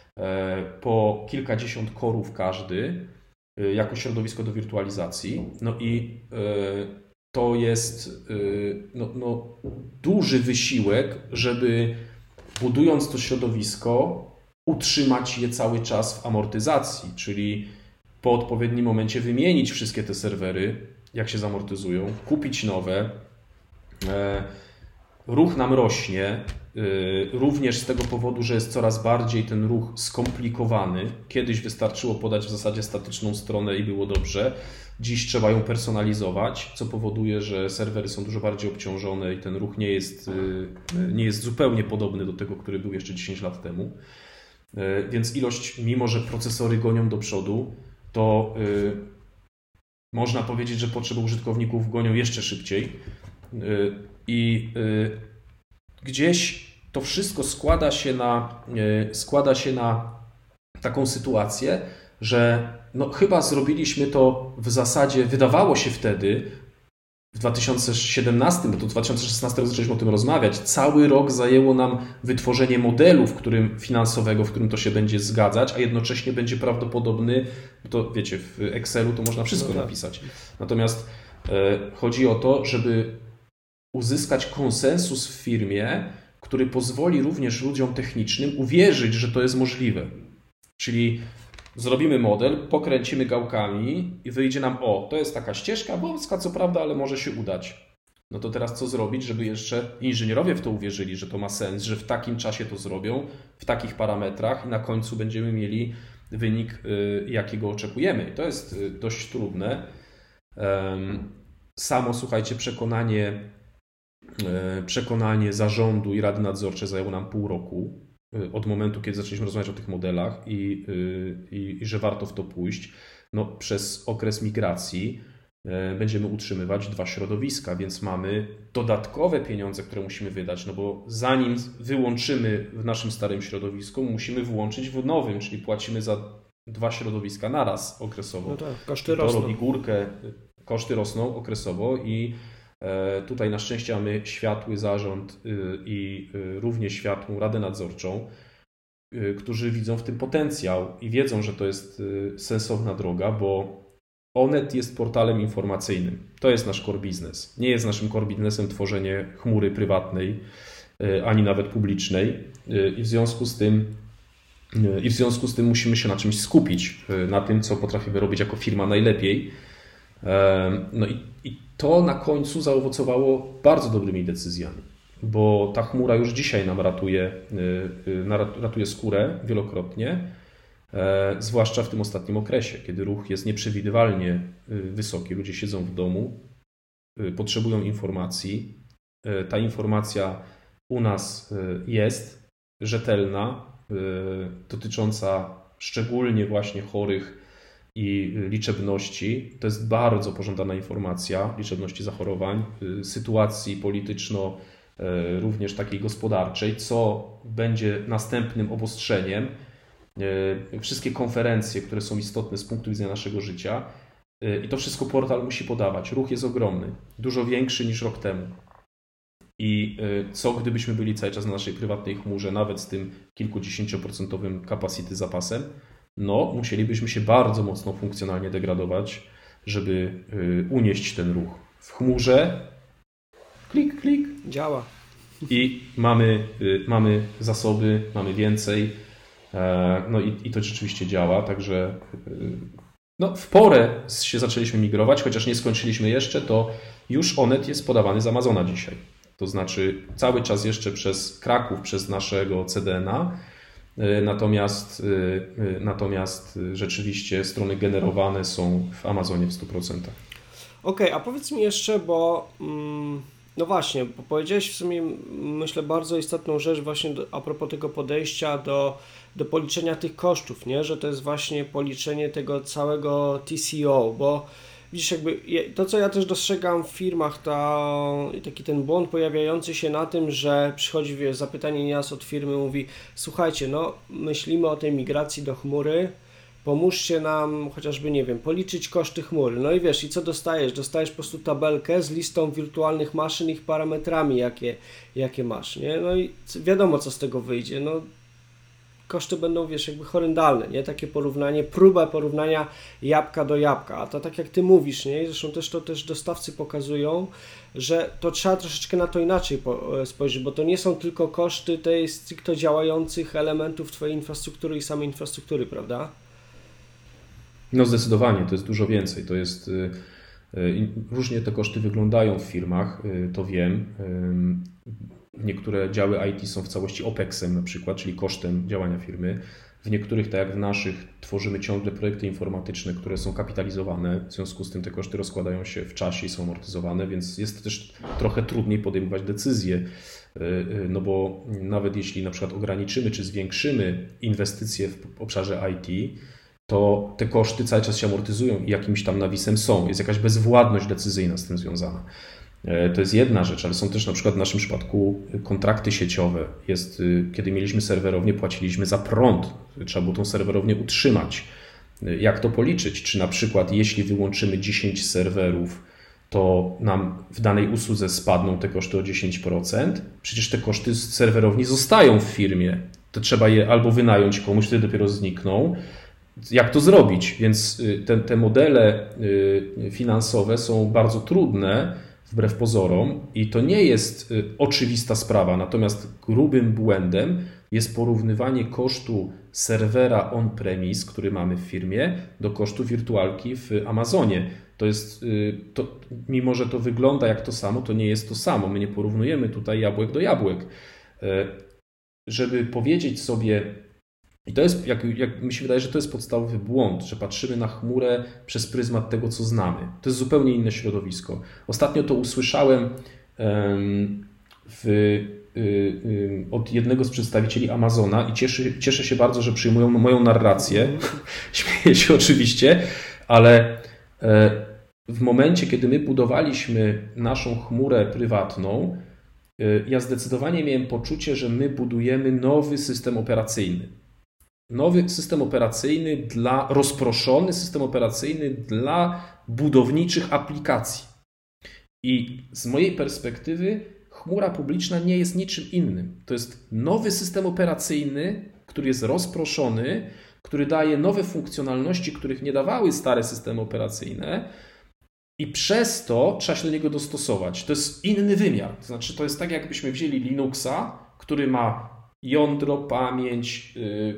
po kilkadziesiąt korów każdy, jako środowisko do wirtualizacji. No i to jest no, no, duży wysiłek, żeby budując to środowisko, utrzymać je cały czas w amortyzacji, czyli po odpowiednim momencie wymienić wszystkie te serwery, jak się zamortyzują, kupić nowe, ruch nam rośnie, również z tego powodu, że jest coraz bardziej ten ruch skomplikowany. Kiedyś wystarczyło podać w zasadzie statyczną stronę i było dobrze. Dziś trzeba ją personalizować, co powoduje, że serwery są dużo bardziej obciążone i ten ruch nie jest, nie jest zupełnie podobny do tego, który był jeszcze dziesięć lat temu. Więc ilość, mimo że procesory gonią do przodu, to można powiedzieć, że potrzeby użytkowników gonią jeszcze szybciej. I gdzieś to wszystko składa się na, składa się na taką sytuację, że no chyba zrobiliśmy to w zasadzie, wydawało się wtedy, w dwa tysiące siedemnastym, bo to w dwa tysiące szesnastym zaczęliśmy o tym rozmawiać, cały rok zajęło nam wytworzenie modelu, w którym finansowego, w którym to się będzie zgadzać, a jednocześnie będzie prawdopodobny, to wiecie, w Excelu to można wszystko napisać. Natomiast e, chodzi o to, żeby uzyskać konsensus w firmie, który pozwoli również ludziom technicznym uwierzyć, że to jest możliwe. Czyli zrobimy model, pokręcimy gałkami i wyjdzie nam, o, to jest taka ścieżka wąska, co prawda, ale może się udać. No to teraz co zrobić, żeby jeszcze inżynierowie w to uwierzyli, że to ma sens, że w takim czasie to zrobią, w takich parametrach i na końcu będziemy mieli wynik, jakiego oczekujemy. I to jest dość trudne. Samo, słuchajcie, przekonanie, przekonanie zarządu i rady nadzorczej zajęło nam pół roku. Od momentu, kiedy zaczęliśmy rozmawiać o tych modelach i, i, i że warto w to pójść, no, przez okres migracji będziemy utrzymywać dwa środowiska, więc mamy dodatkowe pieniądze, które musimy wydać, no bo zanim wyłączymy w naszym starym środowisku, musimy włączyć w nowym, czyli płacimy za dwa środowiska naraz okresowo. No tak, koszty to rosną. robi górkę, koszty rosną okresowo i tutaj na szczęście mamy światły zarząd i równie światłą radę nadzorczą, którzy widzą w tym potencjał i wiedzą, że to jest sensowna droga, bo Onet jest portalem informacyjnym. To jest nasz core business. Nie jest naszym core businessem tworzenie chmury prywatnej, ani nawet publicznej i w związku z tym i w związku z tym musimy się na czymś skupić, na tym, co potrafimy robić jako firma najlepiej. No i, i to na końcu zaowocowało bardzo dobrymi decyzjami, bo ta chmura już dzisiaj nam ratuje, ratuje skórę wielokrotnie, zwłaszcza w tym ostatnim okresie, kiedy ruch jest nieprzewidywalnie wysoki. Ludzie siedzą w domu, potrzebują informacji. Ta informacja u nas jest rzetelna, dotycząca szczególnie właśnie chorych i liczebności. To jest bardzo pożądana informacja, liczebności zachorowań, sytuacji polityczno, również takiej gospodarczej, co będzie następnym obostrzeniem. Wszystkie konferencje, które są istotne z punktu widzenia naszego życia i to wszystko portal musi podawać. Ruch jest ogromny, dużo większy niż rok temu. I co gdybyśmy byli cały czas na naszej prywatnej chmurze, nawet z tym kilkudziesięcioprocentowym capacity zapasem, no musielibyśmy się bardzo mocno funkcjonalnie degradować, żeby unieść ten ruch. W chmurze klik, klik. Działa. I mamy, mamy zasoby, mamy więcej. No i, i to rzeczywiście działa, także no, w porę się zaczęliśmy migrować, chociaż nie skończyliśmy jeszcze, to już Onet jest podawany z Amazona dzisiaj. To znaczy cały czas jeszcze przez Kraków, przez naszego C D N A, natomiast, natomiast rzeczywiście strony generowane są w Amazonie w stu procentach. Okej, okay, a powiedz mi jeszcze, bo no właśnie, bo powiedziałeś w sumie, myślę, bardzo istotną rzecz właśnie do, a propos tego podejścia do, do policzenia tych kosztów, nie? Że to jest właśnie policzenie tego całego T C O, bo widzisz, jakby to, co ja też dostrzegam w firmach, to taki ten błąd pojawiający się na tym, że przychodzi wiesz, zapytanie nieraz od firmy, mówi, słuchajcie, no myślimy o tej migracji do chmury, pomóżcie nam chociażby, nie wiem, policzyć koszty chmury. No i wiesz, i co dostajesz? Dostajesz po prostu tabelkę z listą wirtualnych maszyn i ich parametrami, jakie, jakie masz, nie? No i wiadomo, co z tego wyjdzie, no koszty będą, wiesz, jakby horrendalne, nie? Takie porównanie, próba porównania jabłka do jabłka, a to tak jak ty mówisz, nie? I zresztą też to też dostawcy pokazują, że to trzeba troszeczkę na to inaczej spojrzeć, bo to nie są tylko koszty tej stricte działających elementów twojej infrastruktury i samej infrastruktury, prawda? No zdecydowanie, to jest dużo więcej. To jest Różnie te koszty wyglądają w firmach, to wiem. Niektóre działy I T są w całości OPEX-em na przykład, czyli kosztem działania firmy. W niektórych, tak jak w naszych, tworzymy ciągle projekty informatyczne, które są kapitalizowane, w związku z tym te koszty rozkładają się w czasie i są amortyzowane, więc jest też trochę trudniej podejmować decyzje, no bo nawet jeśli na przykład ograniczymy czy zwiększymy inwestycje w obszarze I T, to te koszty cały czas się amortyzują i jakimś tam nawisem są. Jest jakaś bezwładność decyzyjna z tym związana. To jest jedna rzecz, ale są też na przykład w naszym przypadku kontrakty sieciowe. Jest, kiedy mieliśmy serwerownię, płaciliśmy za prąd. Trzeba było tą serwerownię utrzymać. Jak to policzyć? Czy na przykład jeśli wyłączymy dziesięć serwerów, to nam w danej usłudze spadną te koszty o dziesięć procent? Przecież te koszty z serwerowni zostają w firmie. To trzeba je albo wynająć komuś, wtedy dopiero znikną. Jak to zrobić? Więc te, te modele finansowe są bardzo trudne, wbrew pozorom, i to nie jest oczywista sprawa. Natomiast grubym błędem jest porównywanie kosztu serwera on-premise, który mamy w firmie, do kosztu wirtualki w Amazonie. To jest, to, mimo że to wygląda jak to samo, to nie jest to samo. My nie porównujemy tutaj jabłek do jabłek. Żeby powiedzieć sobie, i to jest, jak, jak mi się wydaje, że to jest podstawowy błąd, że patrzymy na chmurę przez pryzmat tego, co znamy. To jest zupełnie inne środowisko. Ostatnio to usłyszałem w, od jednego z przedstawicieli Amazona i cieszy, cieszę się bardzo, że przyjmują moją narrację. Śmieję się oczywiście, ale w momencie, kiedy my budowaliśmy naszą chmurę prywatną, ja zdecydowanie miałem poczucie, że my budujemy nowy system operacyjny. Nowy system operacyjny dla, rozproszony system operacyjny dla budowniczych aplikacji. I z mojej perspektywy chmura publiczna nie jest niczym innym. To jest nowy system operacyjny, który jest rozproszony, który daje nowe funkcjonalności, których nie dawały stare systemy operacyjne, i przez to trzeba się do niego dostosować. To jest inny wymiar. To znaczy, to jest tak, jakbyśmy wzięli Linuxa, który ma jądro, pamięć,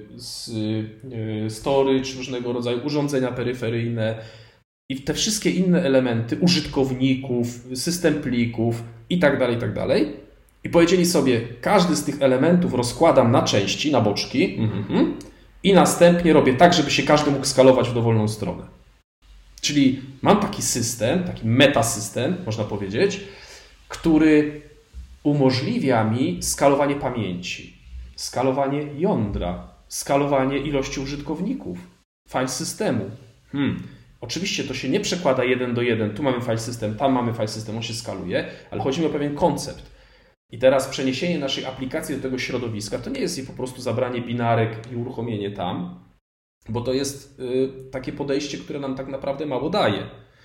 storage, różnego rodzaju urządzenia peryferyjne i te wszystkie inne elementy, użytkowników, system plików i tak dalej, i tak dalej. I powiedzieli sobie, każdy z tych elementów rozkładam na części, na boczki mm-hmm, i następnie robię tak, żeby się każdy mógł skalować w dowolną stronę. Czyli mam taki system, taki metasystem, można powiedzieć, który umożliwia mi skalowanie pamięci, skalowanie jądra, skalowanie ilości użytkowników, file systemu. Hmm. Oczywiście to się nie przekłada jeden do jeden, tu mamy file system, tam mamy file system, on się skaluje, ale chodzi mi o pewien koncept. I teraz przeniesienie naszej aplikacji do tego środowiska to nie jest jej po prostu zabranie binarek i uruchomienie tam, bo to jest y, takie podejście, które nam tak naprawdę mało daje.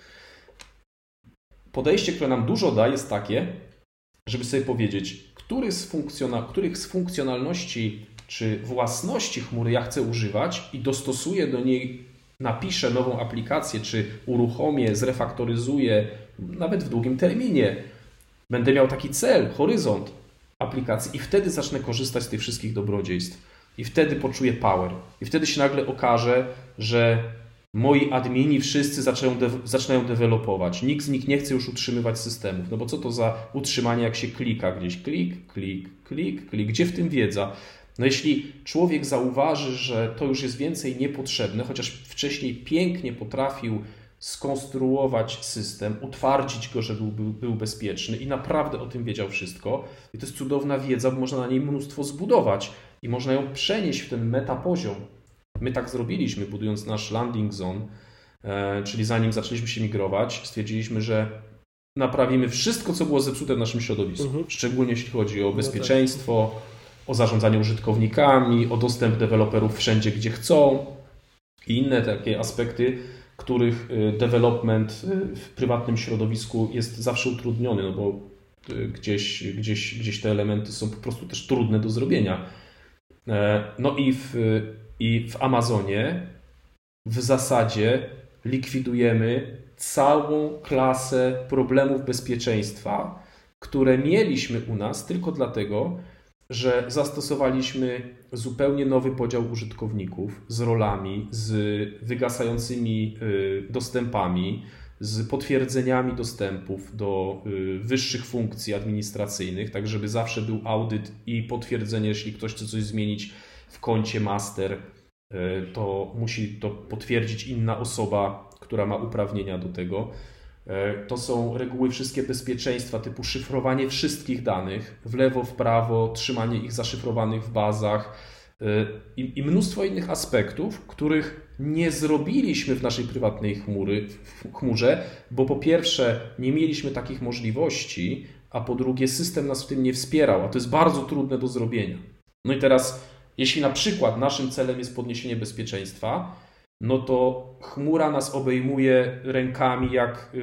Podejście, które nam dużo daje, jest takie, żeby sobie powiedzieć, który z funkcjonal- których z funkcjonalności czy własności chmury ja chcę używać i dostosuję do niej, napiszę nową aplikację, czy uruchomię, zrefaktoryzuję, nawet w długim terminie. Będę miał taki cel, horyzont aplikacji i wtedy zacznę korzystać z tych wszystkich dobrodziejstw. I wtedy poczuję power. I wtedy się nagle okaże, że moi admini wszyscy zaczynają, de- zaczynają dewelopować. Nikt z nich nie chce już utrzymywać systemów. No bo co to za utrzymanie, jak się klika gdzieś? Klik, klik, klik, klik. Gdzie w tym wiedza? No jeśli człowiek zauważy, że to już jest więcej niepotrzebne, chociaż wcześniej pięknie potrafił skonstruować system, utwardzić go, żeby był, był bezpieczny i naprawdę o tym wiedział wszystko. I to jest cudowna wiedza, bo można na niej mnóstwo zbudować i można ją przenieść w ten metapoziom. My tak zrobiliśmy, budując nasz landing zone, e, czyli zanim zaczęliśmy się migrować, stwierdziliśmy, że naprawimy wszystko, co było zepsute w naszym środowisku. Mhm. Szczególnie jeśli chodzi o bezpieczeństwo, o zarządzanie użytkownikami, o dostęp deweloperów wszędzie, gdzie chcą i inne takie aspekty, których development w prywatnym środowisku jest zawsze utrudniony, no bo gdzieś, gdzieś, gdzieś te elementy są po prostu też trudne do zrobienia. No i w, i w Amazonie w zasadzie likwidujemy całą klasę problemów bezpieczeństwa, które mieliśmy u nas tylko dlatego, że zastosowaliśmy zupełnie nowy podział użytkowników z rolami, z wygasającymi dostępami, z potwierdzeniami dostępów do wyższych funkcji administracyjnych, tak żeby zawsze był audyt i potwierdzenie, jeśli ktoś chce coś zmienić w koncie master, to musi to potwierdzić inna osoba, która ma uprawnienia do tego. To są reguły wszystkie bezpieczeństwa typu szyfrowanie wszystkich danych w lewo, w prawo, trzymanie ich zaszyfrowanych w bazach i, i mnóstwo innych aspektów, których nie zrobiliśmy w naszej prywatnej chmury, w chmurze, bo po pierwsze nie mieliśmy takich możliwości, a po drugie system nas w tym nie wspierał, a to jest bardzo trudne do zrobienia. No i teraz, jeśli na przykład naszym celem jest podniesienie bezpieczeństwa, no to chmura nas obejmuje rękami jak,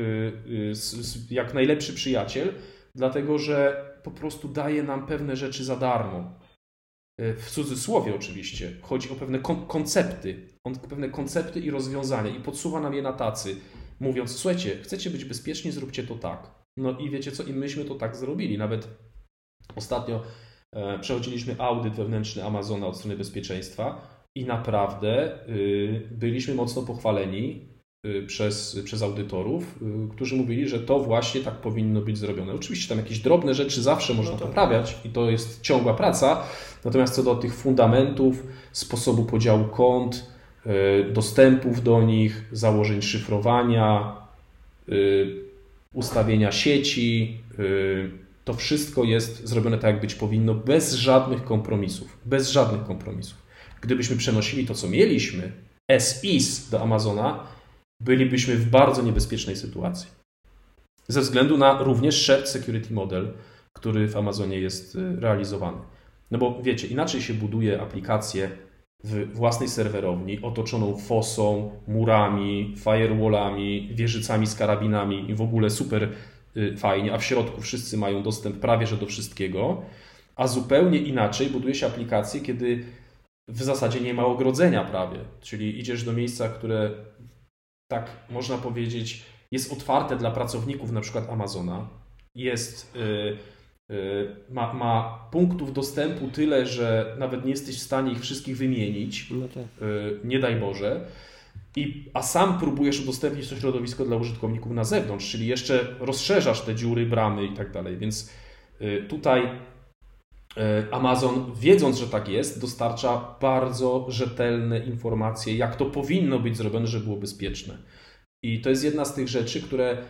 jak najlepszy przyjaciel, dlatego że po prostu daje nam pewne rzeczy za darmo. W cudzysłowie oczywiście. Chodzi o pewne kon- koncepty, o pewne koncepty i rozwiązania i podsuwa nam je na tacy, mówiąc, słuchajcie, chcecie być bezpieczni, zróbcie to tak. No i wiecie co, i myśmy to tak zrobili. Nawet ostatnio e, przechodziliśmy audyt wewnętrzny Amazona od strony bezpieczeństwa i naprawdę y, byliśmy mocno pochwaleni y, przez, przez audytorów, y, którzy mówili, że to właśnie tak powinno być zrobione. Oczywiście tam jakieś drobne rzeczy zawsze można no to... poprawiać i to jest ciągła praca, natomiast co do tych fundamentów, sposobu podziału kont, y, dostępów do nich, założeń szyfrowania, y, ustawienia sieci, y, to wszystko jest zrobione tak, jak być powinno, bez żadnych kompromisów. Bez żadnych kompromisów. Gdybyśmy przenosili to, co mieliśmy, as is do Amazona, bylibyśmy w bardzo niebezpiecznej sytuacji. Ze względu na również shared security model, który w Amazonie jest realizowany. No bo wiecie, inaczej się buduje aplikację w własnej serwerowni, otoczoną fosą, murami, firewallami, wieżycami z karabinami i w ogóle super fajnie, a w środku wszyscy mają dostęp prawie że do wszystkiego, a zupełnie inaczej buduje się aplikację, kiedy w zasadzie nie ma ogrodzenia prawie, czyli idziesz do miejsca, które tak można powiedzieć jest otwarte dla pracowników na przykład Amazona, jest, yy, yy, ma, ma punktów dostępu tyle, że nawet nie jesteś w stanie ich wszystkich wymienić, no tak. yy, nie daj Boże, I, a sam próbujesz udostępnić to środowisko dla użytkowników na zewnątrz, czyli jeszcze rozszerzasz te dziury, bramy i tak dalej, więc yy, tutaj Amazon, wiedząc, że tak jest, dostarcza bardzo rzetelne informacje, jak to powinno być zrobione, żeby było bezpieczne. I to jest jedna z tych rzeczy, które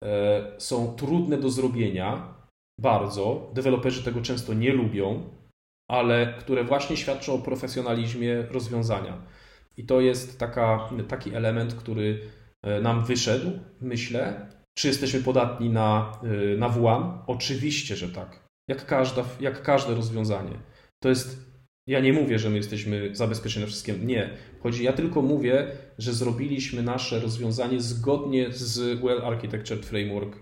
są trudne do zrobienia bardzo. Deweloperzy tego często nie lubią, ale które właśnie świadczą o profesjonalizmie rozwiązania. I to jest taka, taki element, który nam wyszedł, myślę. Czy jesteśmy podatni na, na włam? Oczywiście, że tak. Jak, każda, jak każde rozwiązanie. To jest, ja nie mówię, że my jesteśmy zabezpieczeni na wszystkim. Nie. Chodzi, ja tylko mówię, że zrobiliśmy nasze rozwiązanie zgodnie z Well Architectured Framework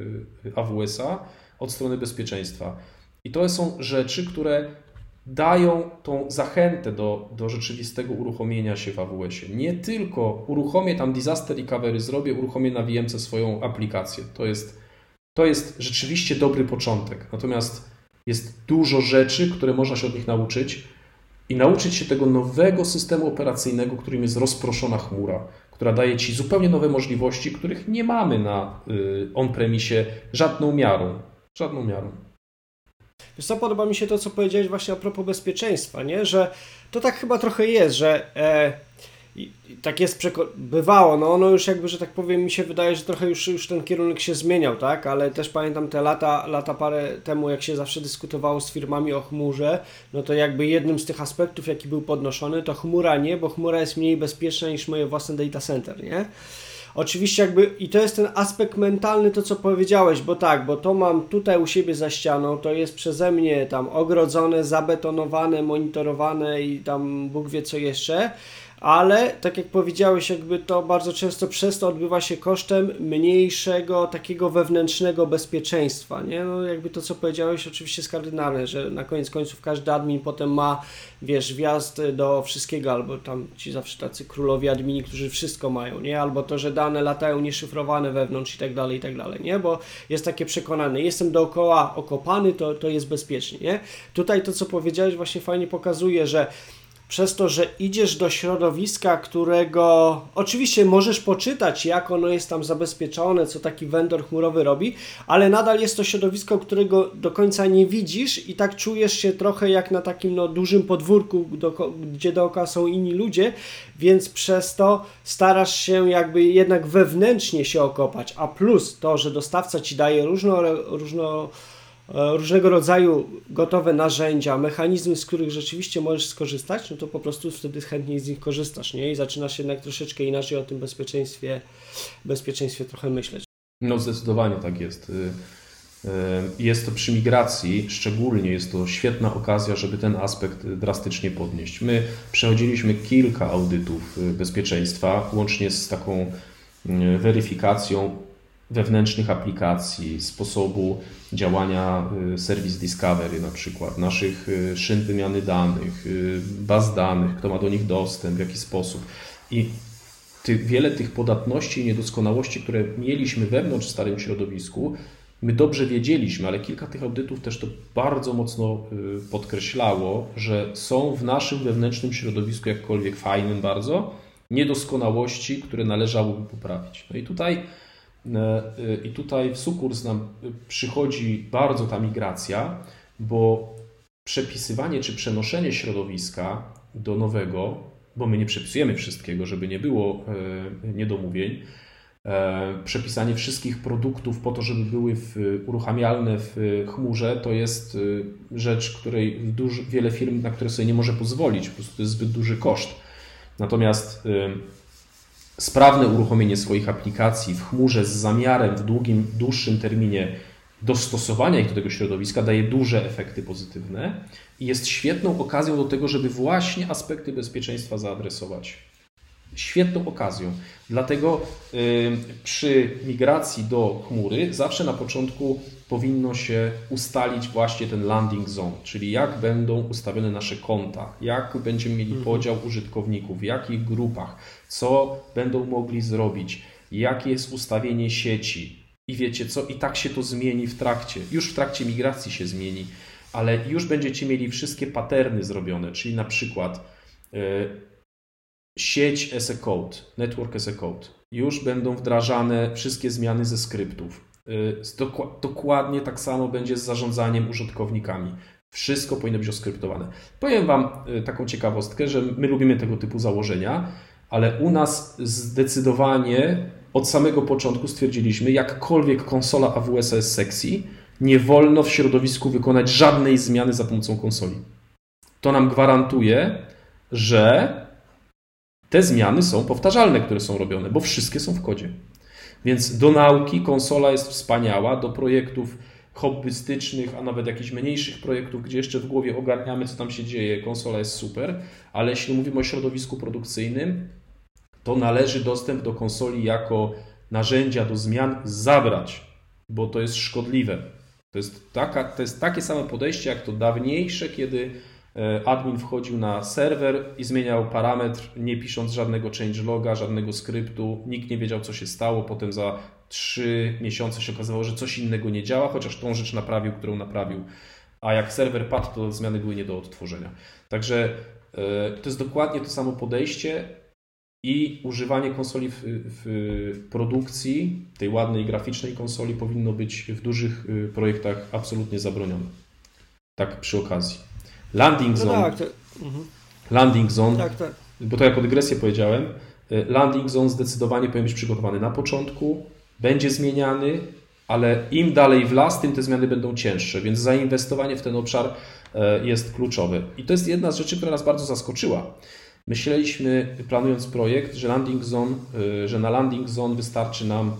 A W S a od strony bezpieczeństwa. I to są rzeczy, które dają tą zachętę do, do rzeczywistego uruchomienia się w A W S ie. Nie tylko uruchomię tam disaster recovery, zrobię, uruchomię na V M C swoją aplikację. To jest To jest rzeczywiście dobry początek. Natomiast jest dużo rzeczy, które można się od nich nauczyć i nauczyć się tego nowego systemu operacyjnego, którym jest rozproszona chmura, która daje Ci zupełnie nowe możliwości, których nie mamy na on-premisie żadną miarą. Żadną miarą. Wiesz co, podoba mi się to, co powiedziałeś właśnie a propos bezpieczeństwa, nie? Że to tak chyba trochę jest, że e, i, i tak jest, przeko- bywało, no ono już jakby, że tak powiem, mi się wydaje, że trochę już, już ten kierunek się zmieniał, tak? Ale też pamiętam te lata, lata parę temu, jak się zawsze dyskutowało z firmami o chmurze, no to jakby jednym z tych aspektów, jaki był podnoszony, to chmura nie, bo chmura jest mniej bezpieczna niż moje własne data center, nie? Oczywiście jakby, i to jest ten aspekt mentalny, to co powiedziałeś, bo tak, bo to mam tutaj u siebie za ścianą, to jest przeze mnie tam ogrodzone, zabetonowane, monitorowane i tam Bóg wie co jeszcze, ale tak jak powiedziałeś, jakby to bardzo często przez to odbywa się kosztem mniejszego takiego wewnętrznego bezpieczeństwa, nie? No jakby to co powiedziałeś oczywiście jest kardynalne, że na koniec końców każdy admin potem ma, wiesz, wjazd do wszystkiego, albo tam ci zawsze tacy królowie admini, którzy wszystko mają, nie? Albo to, że dane latają nieszyfrowane wewnątrz i tak dalej, i tak dalej, nie? Bo jest takie przekonane, jestem dookoła okopany, to, to jest bezpiecznie, nie? Tutaj to co powiedziałeś właśnie fajnie pokazuje, że przez to, że idziesz do środowiska, którego oczywiście możesz poczytać, jak ono jest tam zabezpieczone, co taki vendor chmurowy robi, ale nadal jest to środowisko, którego do końca nie widzisz i tak czujesz się trochę jak na takim no, dużym podwórku, do, gdzie dookoła są inni ludzie, więc przez to starasz się jakby jednak wewnętrznie się okopać, a plus to, że dostawca ci daje różno, różno różnego rodzaju gotowe narzędzia, mechanizmy, z których rzeczywiście możesz skorzystać, no to po prostu wtedy chętniej z nich korzystasz, nie? I zaczynasz jednak troszeczkę inaczej o tym bezpieczeństwie, bezpieczeństwie trochę myśleć. No zdecydowanie tak jest. Jest to przy migracji, szczególnie jest to świetna okazja, żeby ten aspekt drastycznie podnieść. My przechodziliśmy kilka audytów bezpieczeństwa, łącznie z taką weryfikacją wewnętrznych aplikacji, sposobu działania Service Discovery na przykład, naszych szyn wymiany danych, baz danych, kto ma do nich dostęp, w jaki sposób. I ty, wiele tych podatności i niedoskonałości, które mieliśmy wewnątrz w starym środowisku, my dobrze wiedzieliśmy, ale kilka tych audytów też to bardzo mocno podkreślało, że są w naszym wewnętrznym środowisku, jakkolwiek fajnym bardzo, niedoskonałości, które należałoby poprawić. No i tutaj I tutaj w sukurs nam przychodzi bardzo ta migracja, bo przepisywanie czy przenoszenie środowiska do nowego, bo my nie przepisujemy wszystkiego, żeby nie było niedomówień, przepisanie wszystkich produktów po to, żeby były w, uruchamialne w chmurze, to jest rzecz, której duży, wiele firm, na które sobie nie może pozwolić, po prostu to jest zbyt duży koszt. Natomiast sprawne uruchomienie swoich aplikacji w chmurze z zamiarem w długim, dłuższym terminie dostosowania ich do tego środowiska daje duże efekty pozytywne i jest świetną okazją do tego, żeby właśnie aspekty bezpieczeństwa zaadresować. Świetną okazją. Dlatego yy, przy migracji do chmury zawsze na początku powinno się ustalić właśnie ten landing zone, czyli jak będą ustawione nasze konta, jak będziemy mieli podział użytkowników, w jakich grupach, co będą mogli zrobić, jakie jest ustawienie sieci. I wiecie co? I tak się to zmieni w trakcie. Już w trakcie migracji się zmieni, ale już będziecie mieli wszystkie patterny zrobione, czyli na przykład yy, sieć as a code, network as a code. Już będą wdrażane wszystkie zmiany ze skryptów. Dokładnie tak samo będzie z zarządzaniem użytkownikami. Wszystko powinno być oskryptowane. Powiem Wam taką ciekawostkę, że my lubimy tego typu założenia, ale u nas zdecydowanie od samego początku stwierdziliśmy, jakkolwiek konsola A W S jest sexy, nie wolno w środowisku wykonać żadnej zmiany za pomocą konsoli. To nam gwarantuje, że te zmiany są powtarzalne, które są robione, bo wszystkie są w kodzie. Więc do nauki konsola jest wspaniała, do projektów hobbystycznych, a nawet jakichś mniejszych projektów, gdzie jeszcze w głowie ogarniamy, co tam się dzieje, konsola jest super, ale jeśli mówimy o środowisku produkcyjnym, to należy dostęp do konsoli jako narzędzia do zmian zabrać, bo to jest szkodliwe. To jest, taka, to jest takie samo podejście, jak to dawniejsze, kiedy admin wchodził na serwer i zmieniał parametr, nie pisząc żadnego changeloga, żadnego skryptu. Nikt nie wiedział, co się stało. Potem za trzy miesiące się okazało, że coś innego nie działa, chociaż tą rzecz naprawił, którą naprawił. A jak serwer padł, to zmiany były nie do odtworzenia. Także to jest dokładnie to samo podejście i używanie konsoli w, w produkcji, tej ładnej graficznej konsoli, powinno być w dużych projektach absolutnie zabronione. Tak przy okazji. Landing zone, no tak, to... mhm. landing zone tak, tak. Bo to jako dygresję powiedziałem, landing zone zdecydowanie powinien być przygotowany na początku, będzie zmieniany, ale im dalej w las, tym te zmiany będą cięższe, więc zainwestowanie w ten obszar jest kluczowe. I to jest jedna z rzeczy, która nas bardzo zaskoczyła. Myśleliśmy, planując projekt, że landing zone, że na landing zone wystarczy nam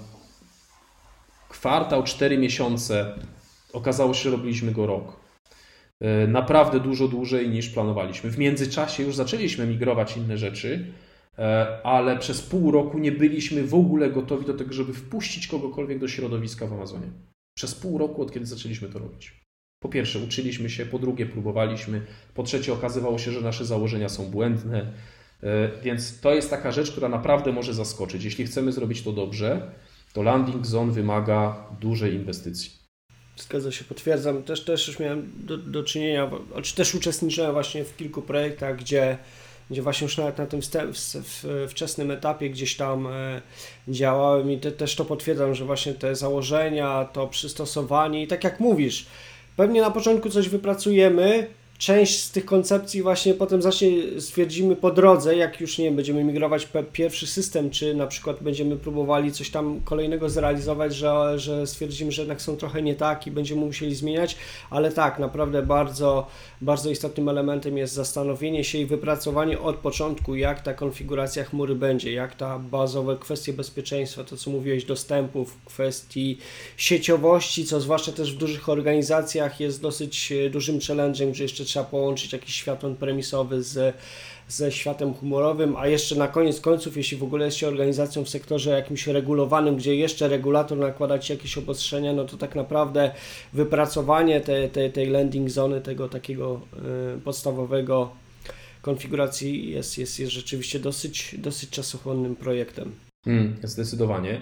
kwartał, cztery miesiące. Okazało się, że robiliśmy go rok. Naprawdę dużo dłużej niż planowaliśmy. W międzyczasie już zaczęliśmy migrować inne rzeczy, ale przez pół roku nie byliśmy w ogóle gotowi do tego, żeby wpuścić kogokolwiek do środowiska w Amazonie. Przez pół roku, od kiedy zaczęliśmy to robić. Po pierwsze uczyliśmy się, po drugie próbowaliśmy, po trzecie okazywało się, że nasze założenia są błędne, więc to jest taka rzecz, która naprawdę może zaskoczyć. Jeśli chcemy zrobić to dobrze, to landing zone wymaga dużej inwestycji. Zgadza się, potwierdzam. Też, też już miałem do, do czynienia, czy też uczestniczyłem właśnie w kilku projektach, gdzie, gdzie właśnie już nawet na tym wstęp, w wczesnym etapie gdzieś tam e, działałem i te, też to potwierdzam, że właśnie te założenia, to przystosowanie i tak jak mówisz, pewnie na początku coś wypracujemy, część z tych koncepcji właśnie potem zacznie stwierdzimy po drodze, jak już nie wiem, będziemy migrować pierwszy system, czy na przykład będziemy próbowali coś tam kolejnego zrealizować, że, że stwierdzimy, że jednak są trochę nie tak i będziemy musieli zmieniać, ale tak, naprawdę bardzo, bardzo istotnym elementem jest zastanowienie się i wypracowanie od początku, jak ta konfiguracja chmury będzie, jak ta bazowe kwestie bezpieczeństwa, to co mówiłeś, dostępów, kwestii sieciowości, co zwłaszcza też w dużych organizacjach jest dosyć dużym challenge'em, że jeszcze trzeba połączyć jakiś świat on-premisowy z, ze światem chmurowym, a jeszcze na koniec końców, jeśli w ogóle jest się organizacją w sektorze jakimś regulowanym, gdzie jeszcze regulator nakłada Ci jakieś obostrzenia, no to tak naprawdę wypracowanie tej, tej, tej landing zony, tego takiego y, podstawowego konfiguracji jest, jest, jest rzeczywiście dosyć, dosyć czasochłonnym projektem. Hmm, zdecydowanie.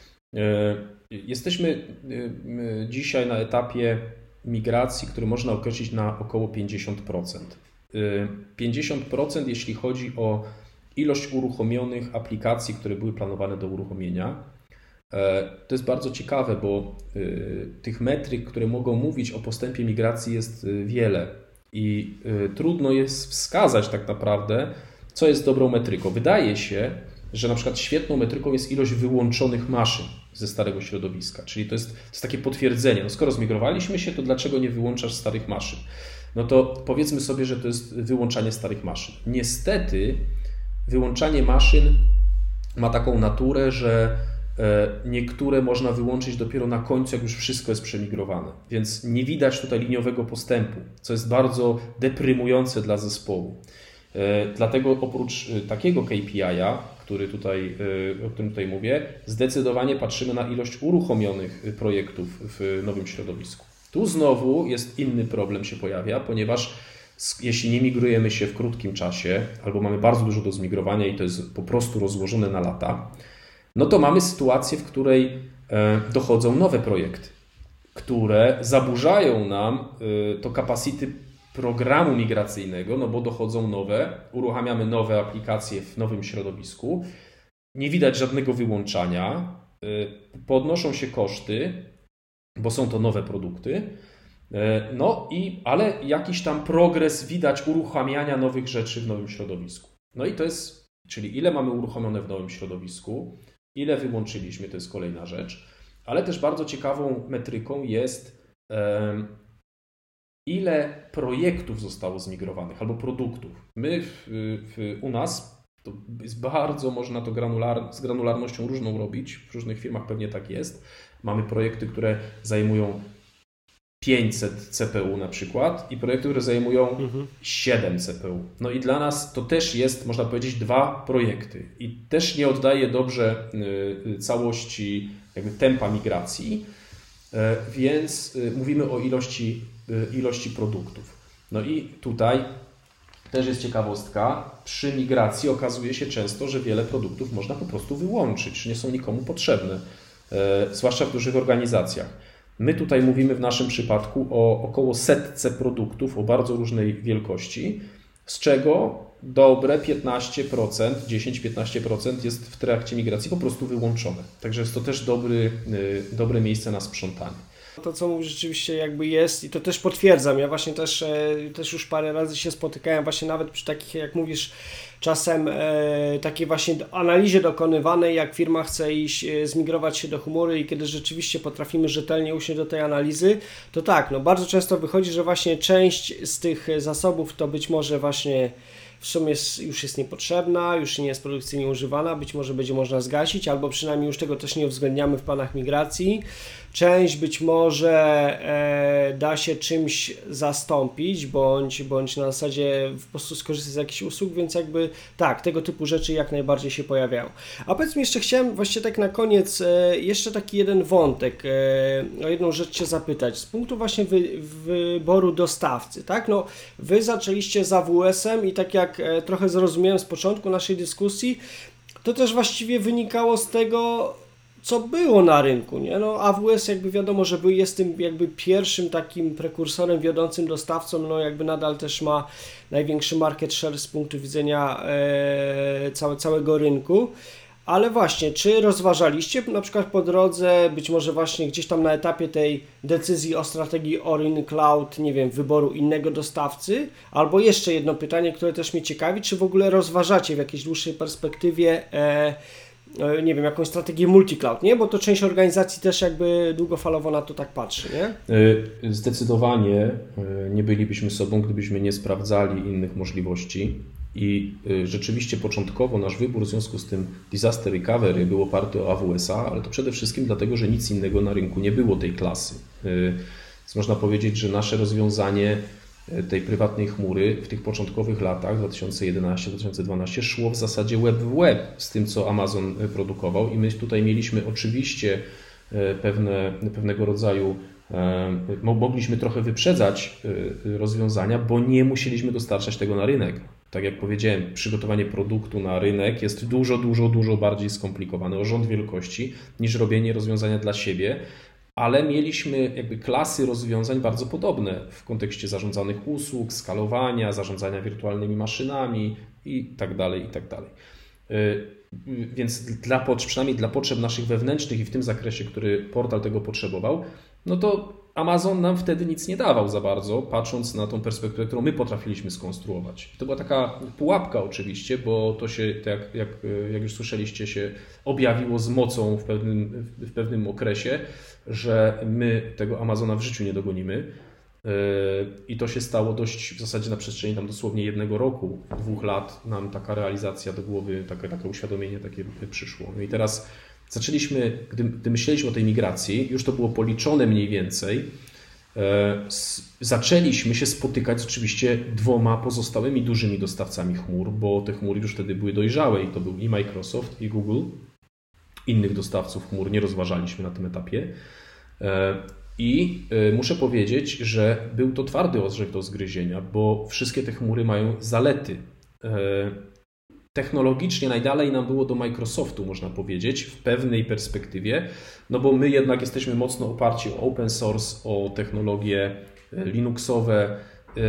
Jesteśmy dzisiaj na etapie migracji, który można określić na około pięćdziesiąt procent. pięćdziesiąt procent jeśli chodzi o ilość uruchomionych aplikacji, które były planowane do uruchomienia. To jest bardzo ciekawe, bo tych metryk, które mogą mówić o postępie migracji jest wiele i trudno jest wskazać tak naprawdę, co jest dobrą metryką. Wydaje się, że na przykład świetną metryką jest ilość wyłączonych maszyn ze starego środowiska, czyli to jest, to jest takie potwierdzenie. No skoro zmigrowaliśmy się, to dlaczego nie wyłączasz starych maszyn? No to powiedzmy sobie, że to jest wyłączanie starych maszyn. Niestety wyłączanie maszyn ma taką naturę, że niektóre można wyłączyć dopiero na końcu, jak już wszystko jest przemigrowane. Więc nie widać tutaj liniowego postępu, co jest bardzo deprymujące dla zespołu. Dlatego oprócz takiego K P I-a, który tutaj, o którym tutaj mówię, zdecydowanie patrzymy na ilość uruchomionych projektów w nowym środowisku. Tu znowu jest inny problem się pojawia, ponieważ jeśli nie migrujemy się w krótkim czasie, albo mamy bardzo dużo do zmigrowania i to jest po prostu rozłożone na lata, no to mamy sytuację, w której dochodzą nowe projekty, które zaburzają nam to capacity programu migracyjnego, no bo dochodzą nowe, uruchamiamy nowe aplikacje w nowym środowisku, nie widać żadnego wyłączania, podnoszą się koszty, bo są to nowe produkty, no i ale jakiś tam progres widać uruchamiania nowych rzeczy w nowym środowisku. No i to jest, czyli ile mamy uruchomione w nowym środowisku, ile wyłączyliśmy, to jest kolejna rzecz, ale też bardzo ciekawą metryką jest ile projektów zostało zmigrowanych albo produktów. My w, w, u nas to jest bardzo, można to granular, z granularnością różną robić, w różnych firmach pewnie tak jest. Mamy projekty, które zajmują pięćset C P U na przykład i projekty, które zajmują mhm. siedem C P U. No i dla nas to też jest, można powiedzieć, dwa projekty i też nie oddaje dobrze całości jakby tempa migracji, więc mówimy o ilości ilości produktów. No i tutaj też jest ciekawostka, przy migracji okazuje się często, że wiele produktów można po prostu wyłączyć, nie są nikomu potrzebne, e, zwłaszcza w dużych organizacjach. My tutaj mówimy w naszym przypadku o około setce produktów o bardzo różnej wielkości, z czego dobre piętnaście procent, dziesięć do piętnastu procent jest w trakcie migracji po prostu wyłączone. Także jest to też dobry, e, dobre miejsce na sprzątanie. To, co mówisz, rzeczywiście jakby jest i to też potwierdzam. Ja właśnie też, też już parę razy się spotykałem właśnie nawet przy takich, jak mówisz, czasem e, takiej właśnie analizie dokonywanej, jak firma chce iść, e, zmigrować się do chmury i kiedy rzeczywiście potrafimy rzetelnie usiąść do tej analizy, to tak, no bardzo często wychodzi, że właśnie część z tych zasobów to być może właśnie w sumie już jest niepotrzebna, już nie jest produkcyjnie używana, być może będzie można zgasić, albo przynajmniej już tego też nie uwzględniamy w planach migracji. Część być może e, da się czymś zastąpić, bądź, bądź na zasadzie po prostu skorzystać z jakichś usług, więc jakby tak, tego typu rzeczy jak najbardziej się pojawiają. A powiedz mi jeszcze, chciałem właśnie tak na koniec e, jeszcze taki jeden wątek, e, o jedną rzecz Cię zapytać. Z punktu właśnie wy, wyboru dostawcy, tak? No, Wy zaczęliście z A W S-em i tak jak e, trochę zrozumiałem z początku naszej dyskusji, to też właściwie wynikało z tego, co było na rynku, nie? No A W S jakby wiadomo, że był, jest tym jakby pierwszym takim prekursorem, wiodącym dostawcą, no jakby nadal też ma największy market share z punktu widzenia e, całe, całego rynku. Ale właśnie, czy rozważaliście na przykład po drodze, być może właśnie gdzieś tam na etapie tej decyzji o strategii Orin Cloud, nie wiem, wyboru innego dostawcy? Albo jeszcze jedno pytanie, które też mnie ciekawi, czy w ogóle rozważacie w jakiejś dłuższej perspektywie, e, e, nie wiem, jakąś strategię multi-cloud, nie? Bo to część organizacji też jakby długofalowo na to tak patrzy, nie? Zdecydowanie nie bylibyśmy sobą, gdybyśmy nie sprawdzali innych możliwości. I rzeczywiście początkowo nasz wybór w związku z tym disaster recovery był oparty o A W S A, ale to przede wszystkim dlatego, że nic innego na rynku nie było tej klasy. Więc można powiedzieć, że nasze rozwiązanie tej prywatnej chmury w tych początkowych latach dwa tysiące jedenasty do dwa tysiące dwunastego szło w zasadzie web w web z tym, co Amazon produkował i my tutaj mieliśmy oczywiście pewne, pewnego rodzaju mogliśmy trochę wyprzedzać rozwiązania, bo nie musieliśmy dostarczać tego na rynek. Tak jak powiedziałem, przygotowanie produktu na rynek jest dużo, dużo, dużo bardziej skomplikowane o rząd wielkości niż robienie rozwiązania dla siebie, ale mieliśmy jakby klasy rozwiązań bardzo podobne w kontekście zarządzanych usług, skalowania, zarządzania wirtualnymi maszynami i tak dalej, i tak dalej. Więc dla, przynajmniej dla potrzeb naszych wewnętrznych i w tym zakresie, który portal tego potrzebował, no to Amazon nam wtedy nic nie dawał za bardzo, patrząc na tą perspektywę, którą my potrafiliśmy skonstruować. To była taka pułapka oczywiście, bo to się, tak jak, jak już słyszeliście, się objawiło z mocą w pewnym, w pewnym okresie, że my tego Amazona w życiu nie dogonimy. I to się stało dość w zasadzie na przestrzeni tam dosłownie jednego roku, dwóch lat nam taka realizacja do głowy, takie, takie uświadomienie takie przyszło. No i teraz zaczęliśmy, gdy, gdy myśleliśmy o tej migracji, już to było policzone mniej więcej, e, s, zaczęliśmy się spotykać z oczywiście dwoma pozostałymi dużymi dostawcami chmur, bo te chmury już wtedy były dojrzałe i to był i Microsoft, i Google. Innych dostawców chmur nie rozważaliśmy na tym etapie. E, I e, muszę powiedzieć, że był to twardy orzech do zgryzienia, bo wszystkie te chmury mają zalety. E, Technologicznie najdalej nam było do Microsoftu, można powiedzieć, w pewnej perspektywie, no bo my jednak jesteśmy mocno oparci o open source, o technologie linuxowe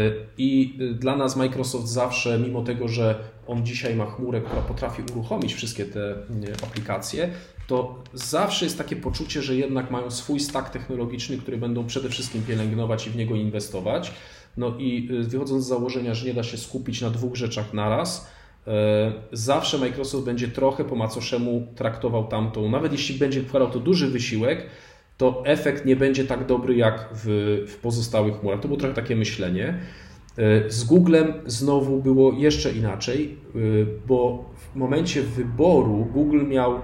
i dla nas Microsoft zawsze, mimo tego, że on dzisiaj ma chmurę, która potrafi uruchomić wszystkie te aplikacje, to zawsze jest takie poczucie, że jednak mają swój stack technologiczny, który będą przede wszystkim pielęgnować i w niego inwestować. No i wychodząc z założenia, że nie da się skupić na dwóch rzeczach naraz, zawsze Microsoft będzie trochę po macoszemu traktował tamtą, nawet jeśli będzie wkładał to duży wysiłek, to efekt nie będzie tak dobry jak w, w pozostałych chmurach. To było trochę takie myślenie. Z Googlem znowu było jeszcze inaczej, bo w momencie wyboru Google miał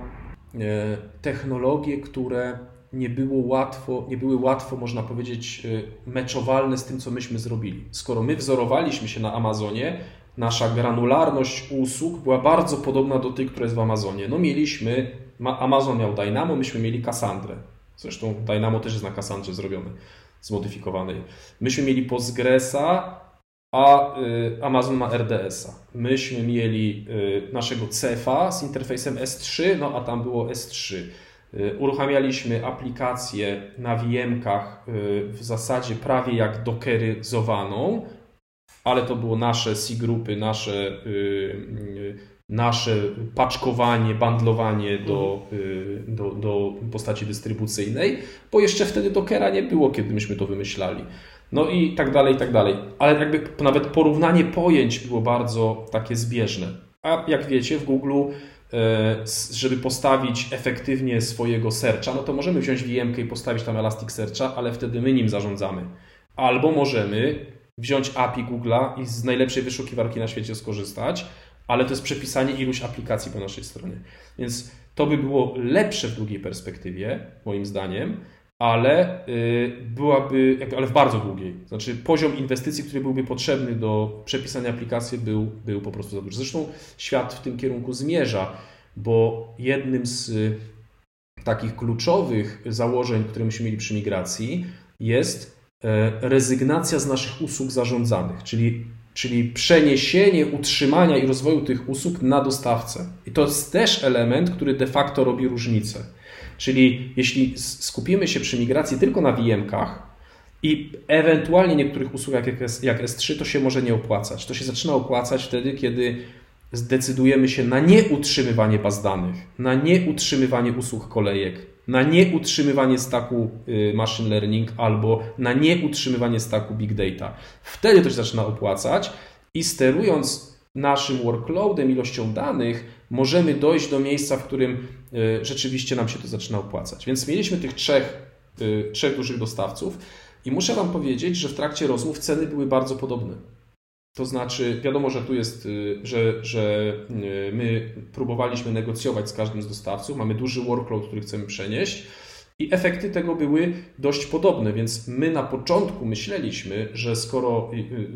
technologie, które nie było łatwo, nie były łatwo, można powiedzieć, meczowalne z tym, co myśmy zrobili. Skoro my wzorowaliśmy się na Amazonie, nasza granularność usług była bardzo podobna do tej, która jest w Amazonie. No mieliśmy, Amazon miał Dynamo, myśmy mieli Cassandrę. Zresztą Dynamo też jest na Cassandrze zrobione, zmodyfikowanej. Myśmy mieli Postgresa, a Amazon ma R D S a. Myśmy mieli naszego Cefa z interfejsem S trzy, no a tam było S trzy. Uruchamialiśmy aplikację na V M-kach w zasadzie prawie jak dockeryzowaną, ale to było nasze C-grupy, nasze, yy, nasze paczkowanie, bandlowanie do, yy, do, do postaci dystrybucyjnej, bo jeszcze wtedy Dockera nie było, kiedy myśmy to wymyślali. No i tak dalej, i tak dalej. Ale jakby nawet porównanie pojęć było bardzo takie zbieżne. A jak wiecie, w Google, yy, żeby postawić efektywnie swojego searcha, no to możemy wziąć V M-kę i postawić tam Elasticsearcha, ale wtedy my nim zarządzamy. Albo możemy wziąć A P I Google'a i z najlepszej wyszukiwarki na świecie skorzystać, ale to jest przepisanie iluś aplikacji po naszej stronie. Więc to by było lepsze w długiej perspektywie, moim zdaniem, ale yy, byłaby, ale w bardzo długiej. Znaczy poziom inwestycji, który byłby potrzebny do przepisania aplikacji był, był po prostu za duży. Zresztą świat w tym kierunku zmierza, bo jednym z y, takich kluczowych założeń, które myśmy mieli przy migracji, jest rezygnacja z naszych usług zarządzanych, czyli, czyli przeniesienie utrzymania i rozwoju tych usług na dostawcę. I to jest też element, który de facto robi różnicę. Czyli jeśli skupimy się przy migracji tylko na V M-kach i ewentualnie niektórych usługach jak S trzy, to się może nie opłacać. To się zaczyna opłacać wtedy, kiedy zdecydujemy się na nieutrzymywanie baz danych, na nieutrzymywanie usług kolejek, na nieutrzymywanie stacku machine learning albo na nieutrzymywanie stacku big data. Wtedy to się zaczyna opłacać i sterując naszym workloadem, ilością danych, możemy dojść do miejsca, w którym rzeczywiście nam się to zaczyna opłacać. Więc mieliśmy tych trzech, trzech dużych dostawców i muszę Wam powiedzieć, że w trakcie rozmów ceny były bardzo podobne. To znaczy, wiadomo, że tu jest, że, że my próbowaliśmy negocjować z każdym z dostawców, mamy duży workload, który chcemy przenieść i efekty tego były dość podobne, więc my na początku myśleliśmy, że skoro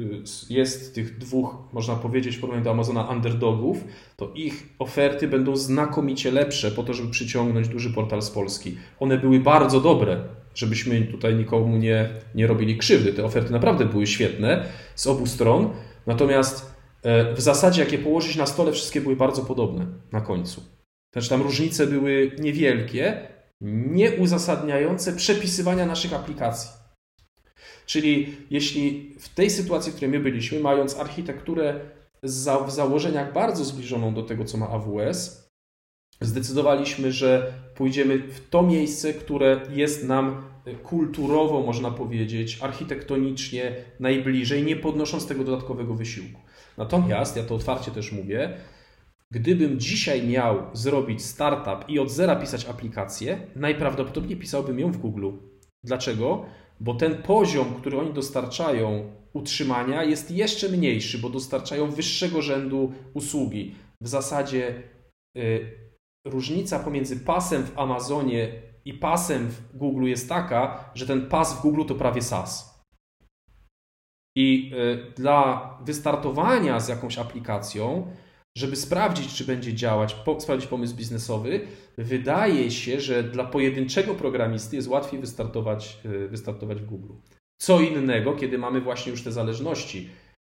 jest tych dwóch, można powiedzieć w porównaniu do Amazona, underdogów, to ich oferty będą znakomicie lepsze po to, żeby przyciągnąć duży portal z Polski. One były bardzo dobre, żebyśmy tutaj nikomu nie, nie robili krzywdy. Te oferty naprawdę były świetne z obu stron, natomiast w zasadzie jak je położyć na stole, wszystkie były bardzo podobne na końcu. Znaczy tam różnice były niewielkie, nieuzasadniające przepisywania naszych aplikacji. Czyli jeśli w tej sytuacji, w której my byliśmy, mając architekturę za, w założeniach bardzo zbliżoną do tego, co ma A W S, zdecydowaliśmy, że pójdziemy w to miejsce, które jest nam kulturowo, można powiedzieć, architektonicznie najbliżej, nie podnosząc tego dodatkowego wysiłku. Natomiast, ja to otwarcie też mówię, gdybym dzisiaj miał zrobić startup i od zera pisać aplikację, najprawdopodobniej pisałbym ją w Google. Dlaczego? Bo ten poziom, który oni dostarczają utrzymania, jest jeszcze mniejszy, bo dostarczają wyższego rzędu usługi. W zasadzie y, różnica pomiędzy pasem w Amazonie i pasem w Google jest taka, że ten pas w Google to prawie SaaS. I y, dla wystartowania z jakąś aplikacją, żeby sprawdzić, czy będzie działać, po, sprawdzić pomysł biznesowy, wydaje się, że dla pojedynczego programisty jest łatwiej wystartować, wystartować w Google. Co innego, kiedy mamy właśnie już te zależności,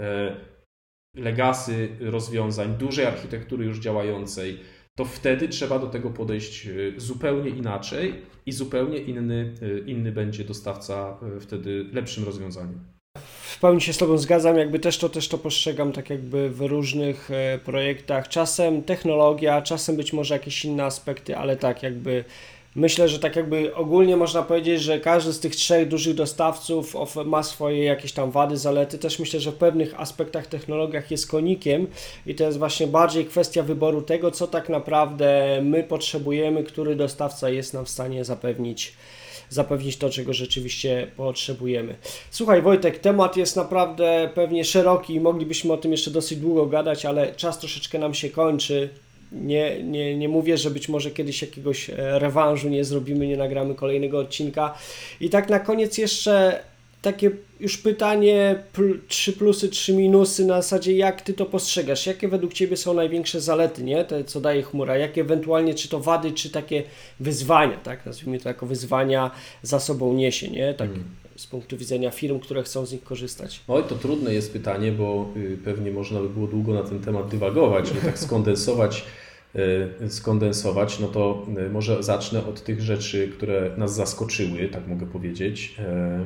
legacy rozwiązań, dużej architektury już działającej, to wtedy trzeba do tego podejść zupełnie inaczej i zupełnie inny, inny będzie dostawca wtedy lepszym rozwiązaniem. W pełni się z Tobą zgadzam, jakby też to, też to postrzegam tak jakby w różnych e, projektach. Czasem technologia, czasem być może jakieś inne aspekty, ale tak jakby myślę, że tak jakby ogólnie można powiedzieć, że każdy z tych trzech dużych dostawców ma swoje jakieś tam wady, zalety. Też myślę, że w pewnych aspektach, technologiach jest konikiem i to jest właśnie bardziej kwestia wyboru tego, co tak naprawdę my potrzebujemy, który dostawca jest nam w stanie zapewnić zapewnić to, czego rzeczywiście potrzebujemy. Słuchaj Wojtek, temat jest naprawdę pewnie szeroki i moglibyśmy o tym jeszcze dosyć długo gadać, ale czas troszeczkę nam się kończy. Nie, nie, nie mówię, że być może kiedyś jakiegoś rewanżu nie zrobimy, nie nagramy kolejnego odcinka. I tak na koniec jeszcze takie już pytanie, trzy plusy, trzy minusy na zasadzie, jak Ty to postrzegasz? Jakie według Ciebie są największe zalety, nie? Te, co daje chmura? Jakie ewentualnie, czy to wady, czy takie wyzwania, tak? Nazwijmy to jako wyzwania za sobą niesie, nie? Tak hmm. z punktu widzenia firm, które chcą z nich korzystać. Oj, to trudne jest pytanie, bo pewnie można by było długo na ten temat dywagować, żeby tak skondensować skondensować, no to może zacznę od tych rzeczy, które nas zaskoczyły, tak mogę powiedzieć,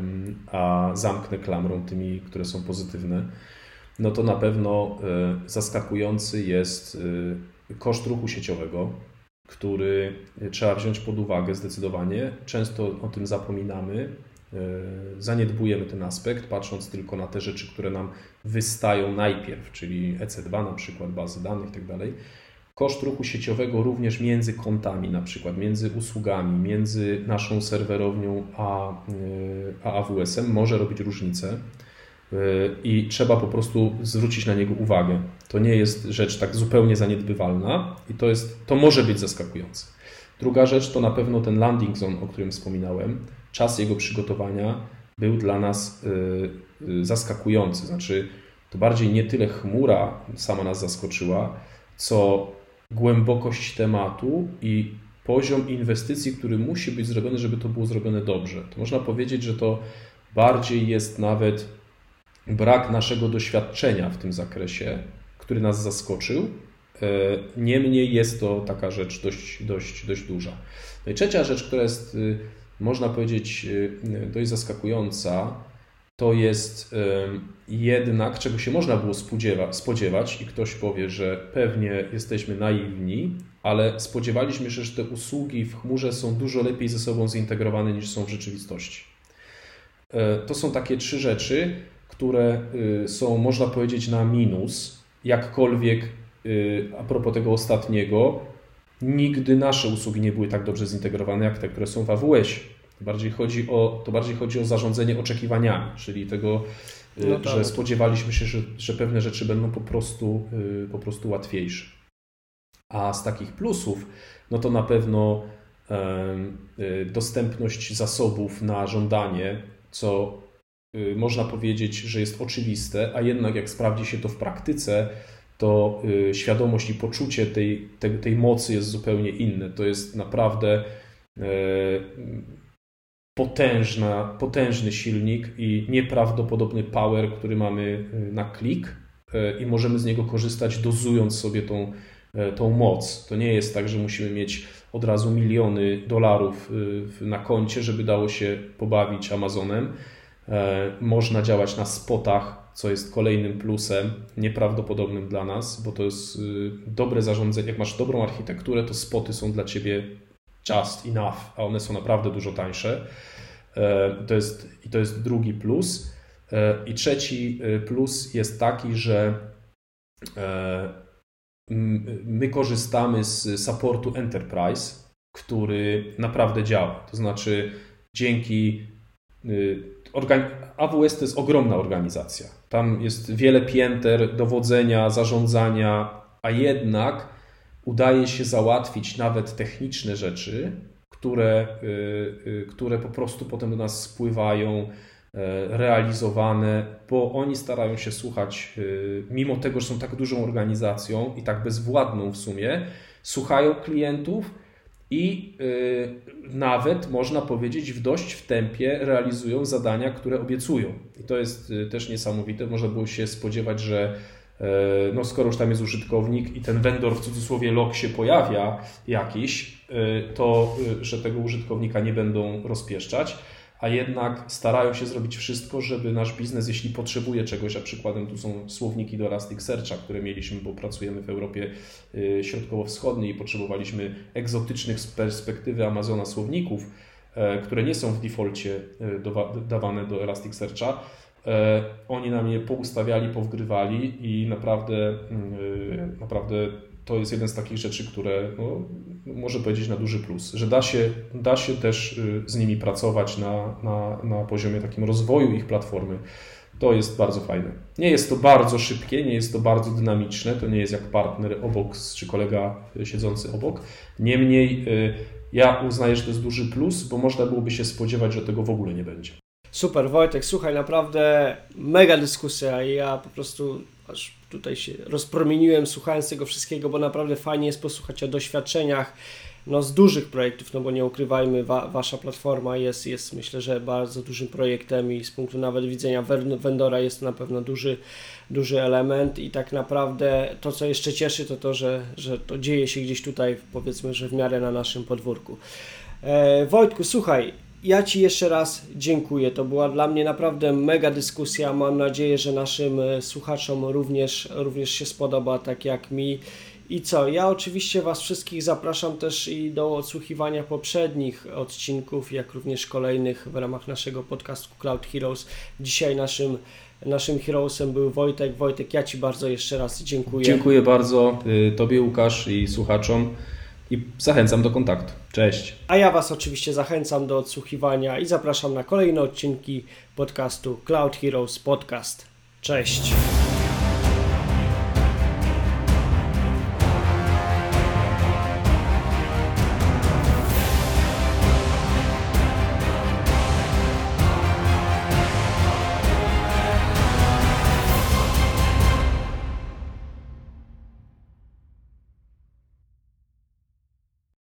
a zamknę klamrą tymi, które są pozytywne. No to na pewno zaskakujący jest koszt ruchu sieciowego, który trzeba wziąć pod uwagę zdecydowanie. Często o tym zapominamy, zaniedbujemy ten aspekt, patrząc tylko na te rzeczy, które nam wystają najpierw, czyli E C dwa na przykład, bazy danych i tak dalej. Koszt ruchu sieciowego również między kontami, na przykład między usługami, między naszą serwerownią a, a A W S-em może robić różnicę i trzeba po prostu zwrócić na niego uwagę. To nie jest rzecz tak zupełnie zaniedbywalna i to, jest, to może być zaskakujące. Druga rzecz to na pewno ten landing zone, o którym wspominałem. Czas jego przygotowania był dla nas zaskakujący. Znaczy, to bardziej nie tyle chmura sama nas zaskoczyła, co głębokość tematu i poziom inwestycji, który musi być zrobiony, żeby to było zrobione dobrze. To można powiedzieć, że to bardziej jest nawet brak naszego doświadczenia w tym zakresie, który nas zaskoczył, Niemniej jest to taka rzecz dość, dość, dość duża. No i trzecia rzecz, która jest, można powiedzieć, dość zaskakująca, to jest jednak, czego się można było spodziewać i ktoś powie, że pewnie jesteśmy naiwni, ale spodziewaliśmy się, że te usługi w chmurze są dużo lepiej ze sobą zintegrowane niż są w rzeczywistości. To są takie trzy rzeczy, które są, można powiedzieć, na minus. Jakkolwiek a propos tego ostatniego, nigdy nasze usługi nie były tak dobrze zintegrowane jak te, które są w A W S-ie. To bardziej chodzi o, to bardziej chodzi o zarządzanie oczekiwaniami, czyli tego, no tak, że spodziewaliśmy się, że, że pewne rzeczy będą po prostu, po prostu łatwiejsze. A z takich plusów, no to na pewno dostępność zasobów na żądanie, co można powiedzieć, że jest oczywiste, a jednak jak sprawdzi się to w praktyce, to świadomość i poczucie tej, tej, tej mocy jest zupełnie inne. To jest naprawdę potężna, potężny silnik i nieprawdopodobny power, który mamy na klik i możemy z niego korzystać, dozując sobie tą, tą moc. To nie jest tak, że musimy mieć od razu miliony dolarów na koncie, żeby dało się pobawić Amazonem. Można działać na spotach, co jest kolejnym plusem, nieprawdopodobnym dla nas, bo to jest dobre zarządzanie. Jak masz dobrą architekturę, to spoty są dla Ciebie just enough, a one są naprawdę dużo tańsze. To jest, i to jest drugi plus. I trzeci plus jest taki, że my korzystamy z supportu Enterprise, który naprawdę działa. To znaczy dzięki A W S to jest ogromna organizacja. Tam jest wiele pięter dowodzenia, zarządzania, a jednak udaje się załatwić nawet techniczne rzeczy, które, które po prostu potem do nas spływają, realizowane, bo oni starają się słuchać, mimo tego, że są tak dużą organizacją i tak bezwładną w sumie, słuchają klientów i nawet, można powiedzieć, w dość w tempie realizują zadania, które obiecują. I to jest też niesamowite. Można było się spodziewać, że no skoro już tam jest użytkownik i ten vendor w cudzysłowie log się pojawia jakiś, to że tego użytkownika nie będą rozpieszczać, a jednak starają się zrobić wszystko, żeby nasz biznes, jeśli potrzebuje czegoś, a przykładem tu są słowniki do Elasticsearcha, które mieliśmy, bo pracujemy w Europie Środkowo-Wschodniej i potrzebowaliśmy egzotycznych z perspektywy Amazona słowników, które nie są w defaulcie dawane do Elasticsearcha. Oni nam je poustawiali, powgrywali i naprawdę, naprawdę to jest jeden z takich rzeczy, które no, może powiedzieć na duży plus, że da się, da się też z nimi pracować na, na, na poziomie takim rozwoju ich platformy. To jest bardzo fajne. Nie jest to bardzo szybkie, nie jest to bardzo dynamiczne, to nie jest jak partner obok czy kolega siedzący obok. Niemniej ja uznaję, że to jest duży plus, bo można byłoby się spodziewać, że tego w ogóle nie będzie. Super, Wojtek, słuchaj, naprawdę mega dyskusja i ja po prostu aż tutaj się rozpromieniłem słuchając tego wszystkiego, bo naprawdę fajnie jest posłuchać o doświadczeniach no, z dużych projektów, no bo nie ukrywajmy, wa- wasza platforma jest, jest myślę, że bardzo dużym projektem i z punktu nawet widzenia vendora jest to na pewno duży, duży element i tak naprawdę to, co jeszcze cieszy, to to, że, że to dzieje się gdzieś tutaj, powiedzmy, że w miarę na naszym podwórku. E, Wojtku, słuchaj, ja Ci jeszcze raz dziękuję. To była dla mnie naprawdę mega dyskusja. Mam nadzieję, że naszym słuchaczom również, również się spodoba, tak jak mi. I co? Ja oczywiście Was wszystkich zapraszam też i do odsłuchiwania poprzednich odcinków, jak również kolejnych w ramach naszego podcastu Cloud Heroes. Dzisiaj naszym, naszym heroesem był Wojtek. Wojtek, ja Ci bardzo jeszcze raz dziękuję. Dziękuję bardzo Tobie, Łukasz, i słuchaczom. I zachęcam do kontaktu. Cześć. A ja Was oczywiście zachęcam do odsłuchiwania i zapraszam na kolejne odcinki podcastu Cloud Heroes Podcast. Cześć.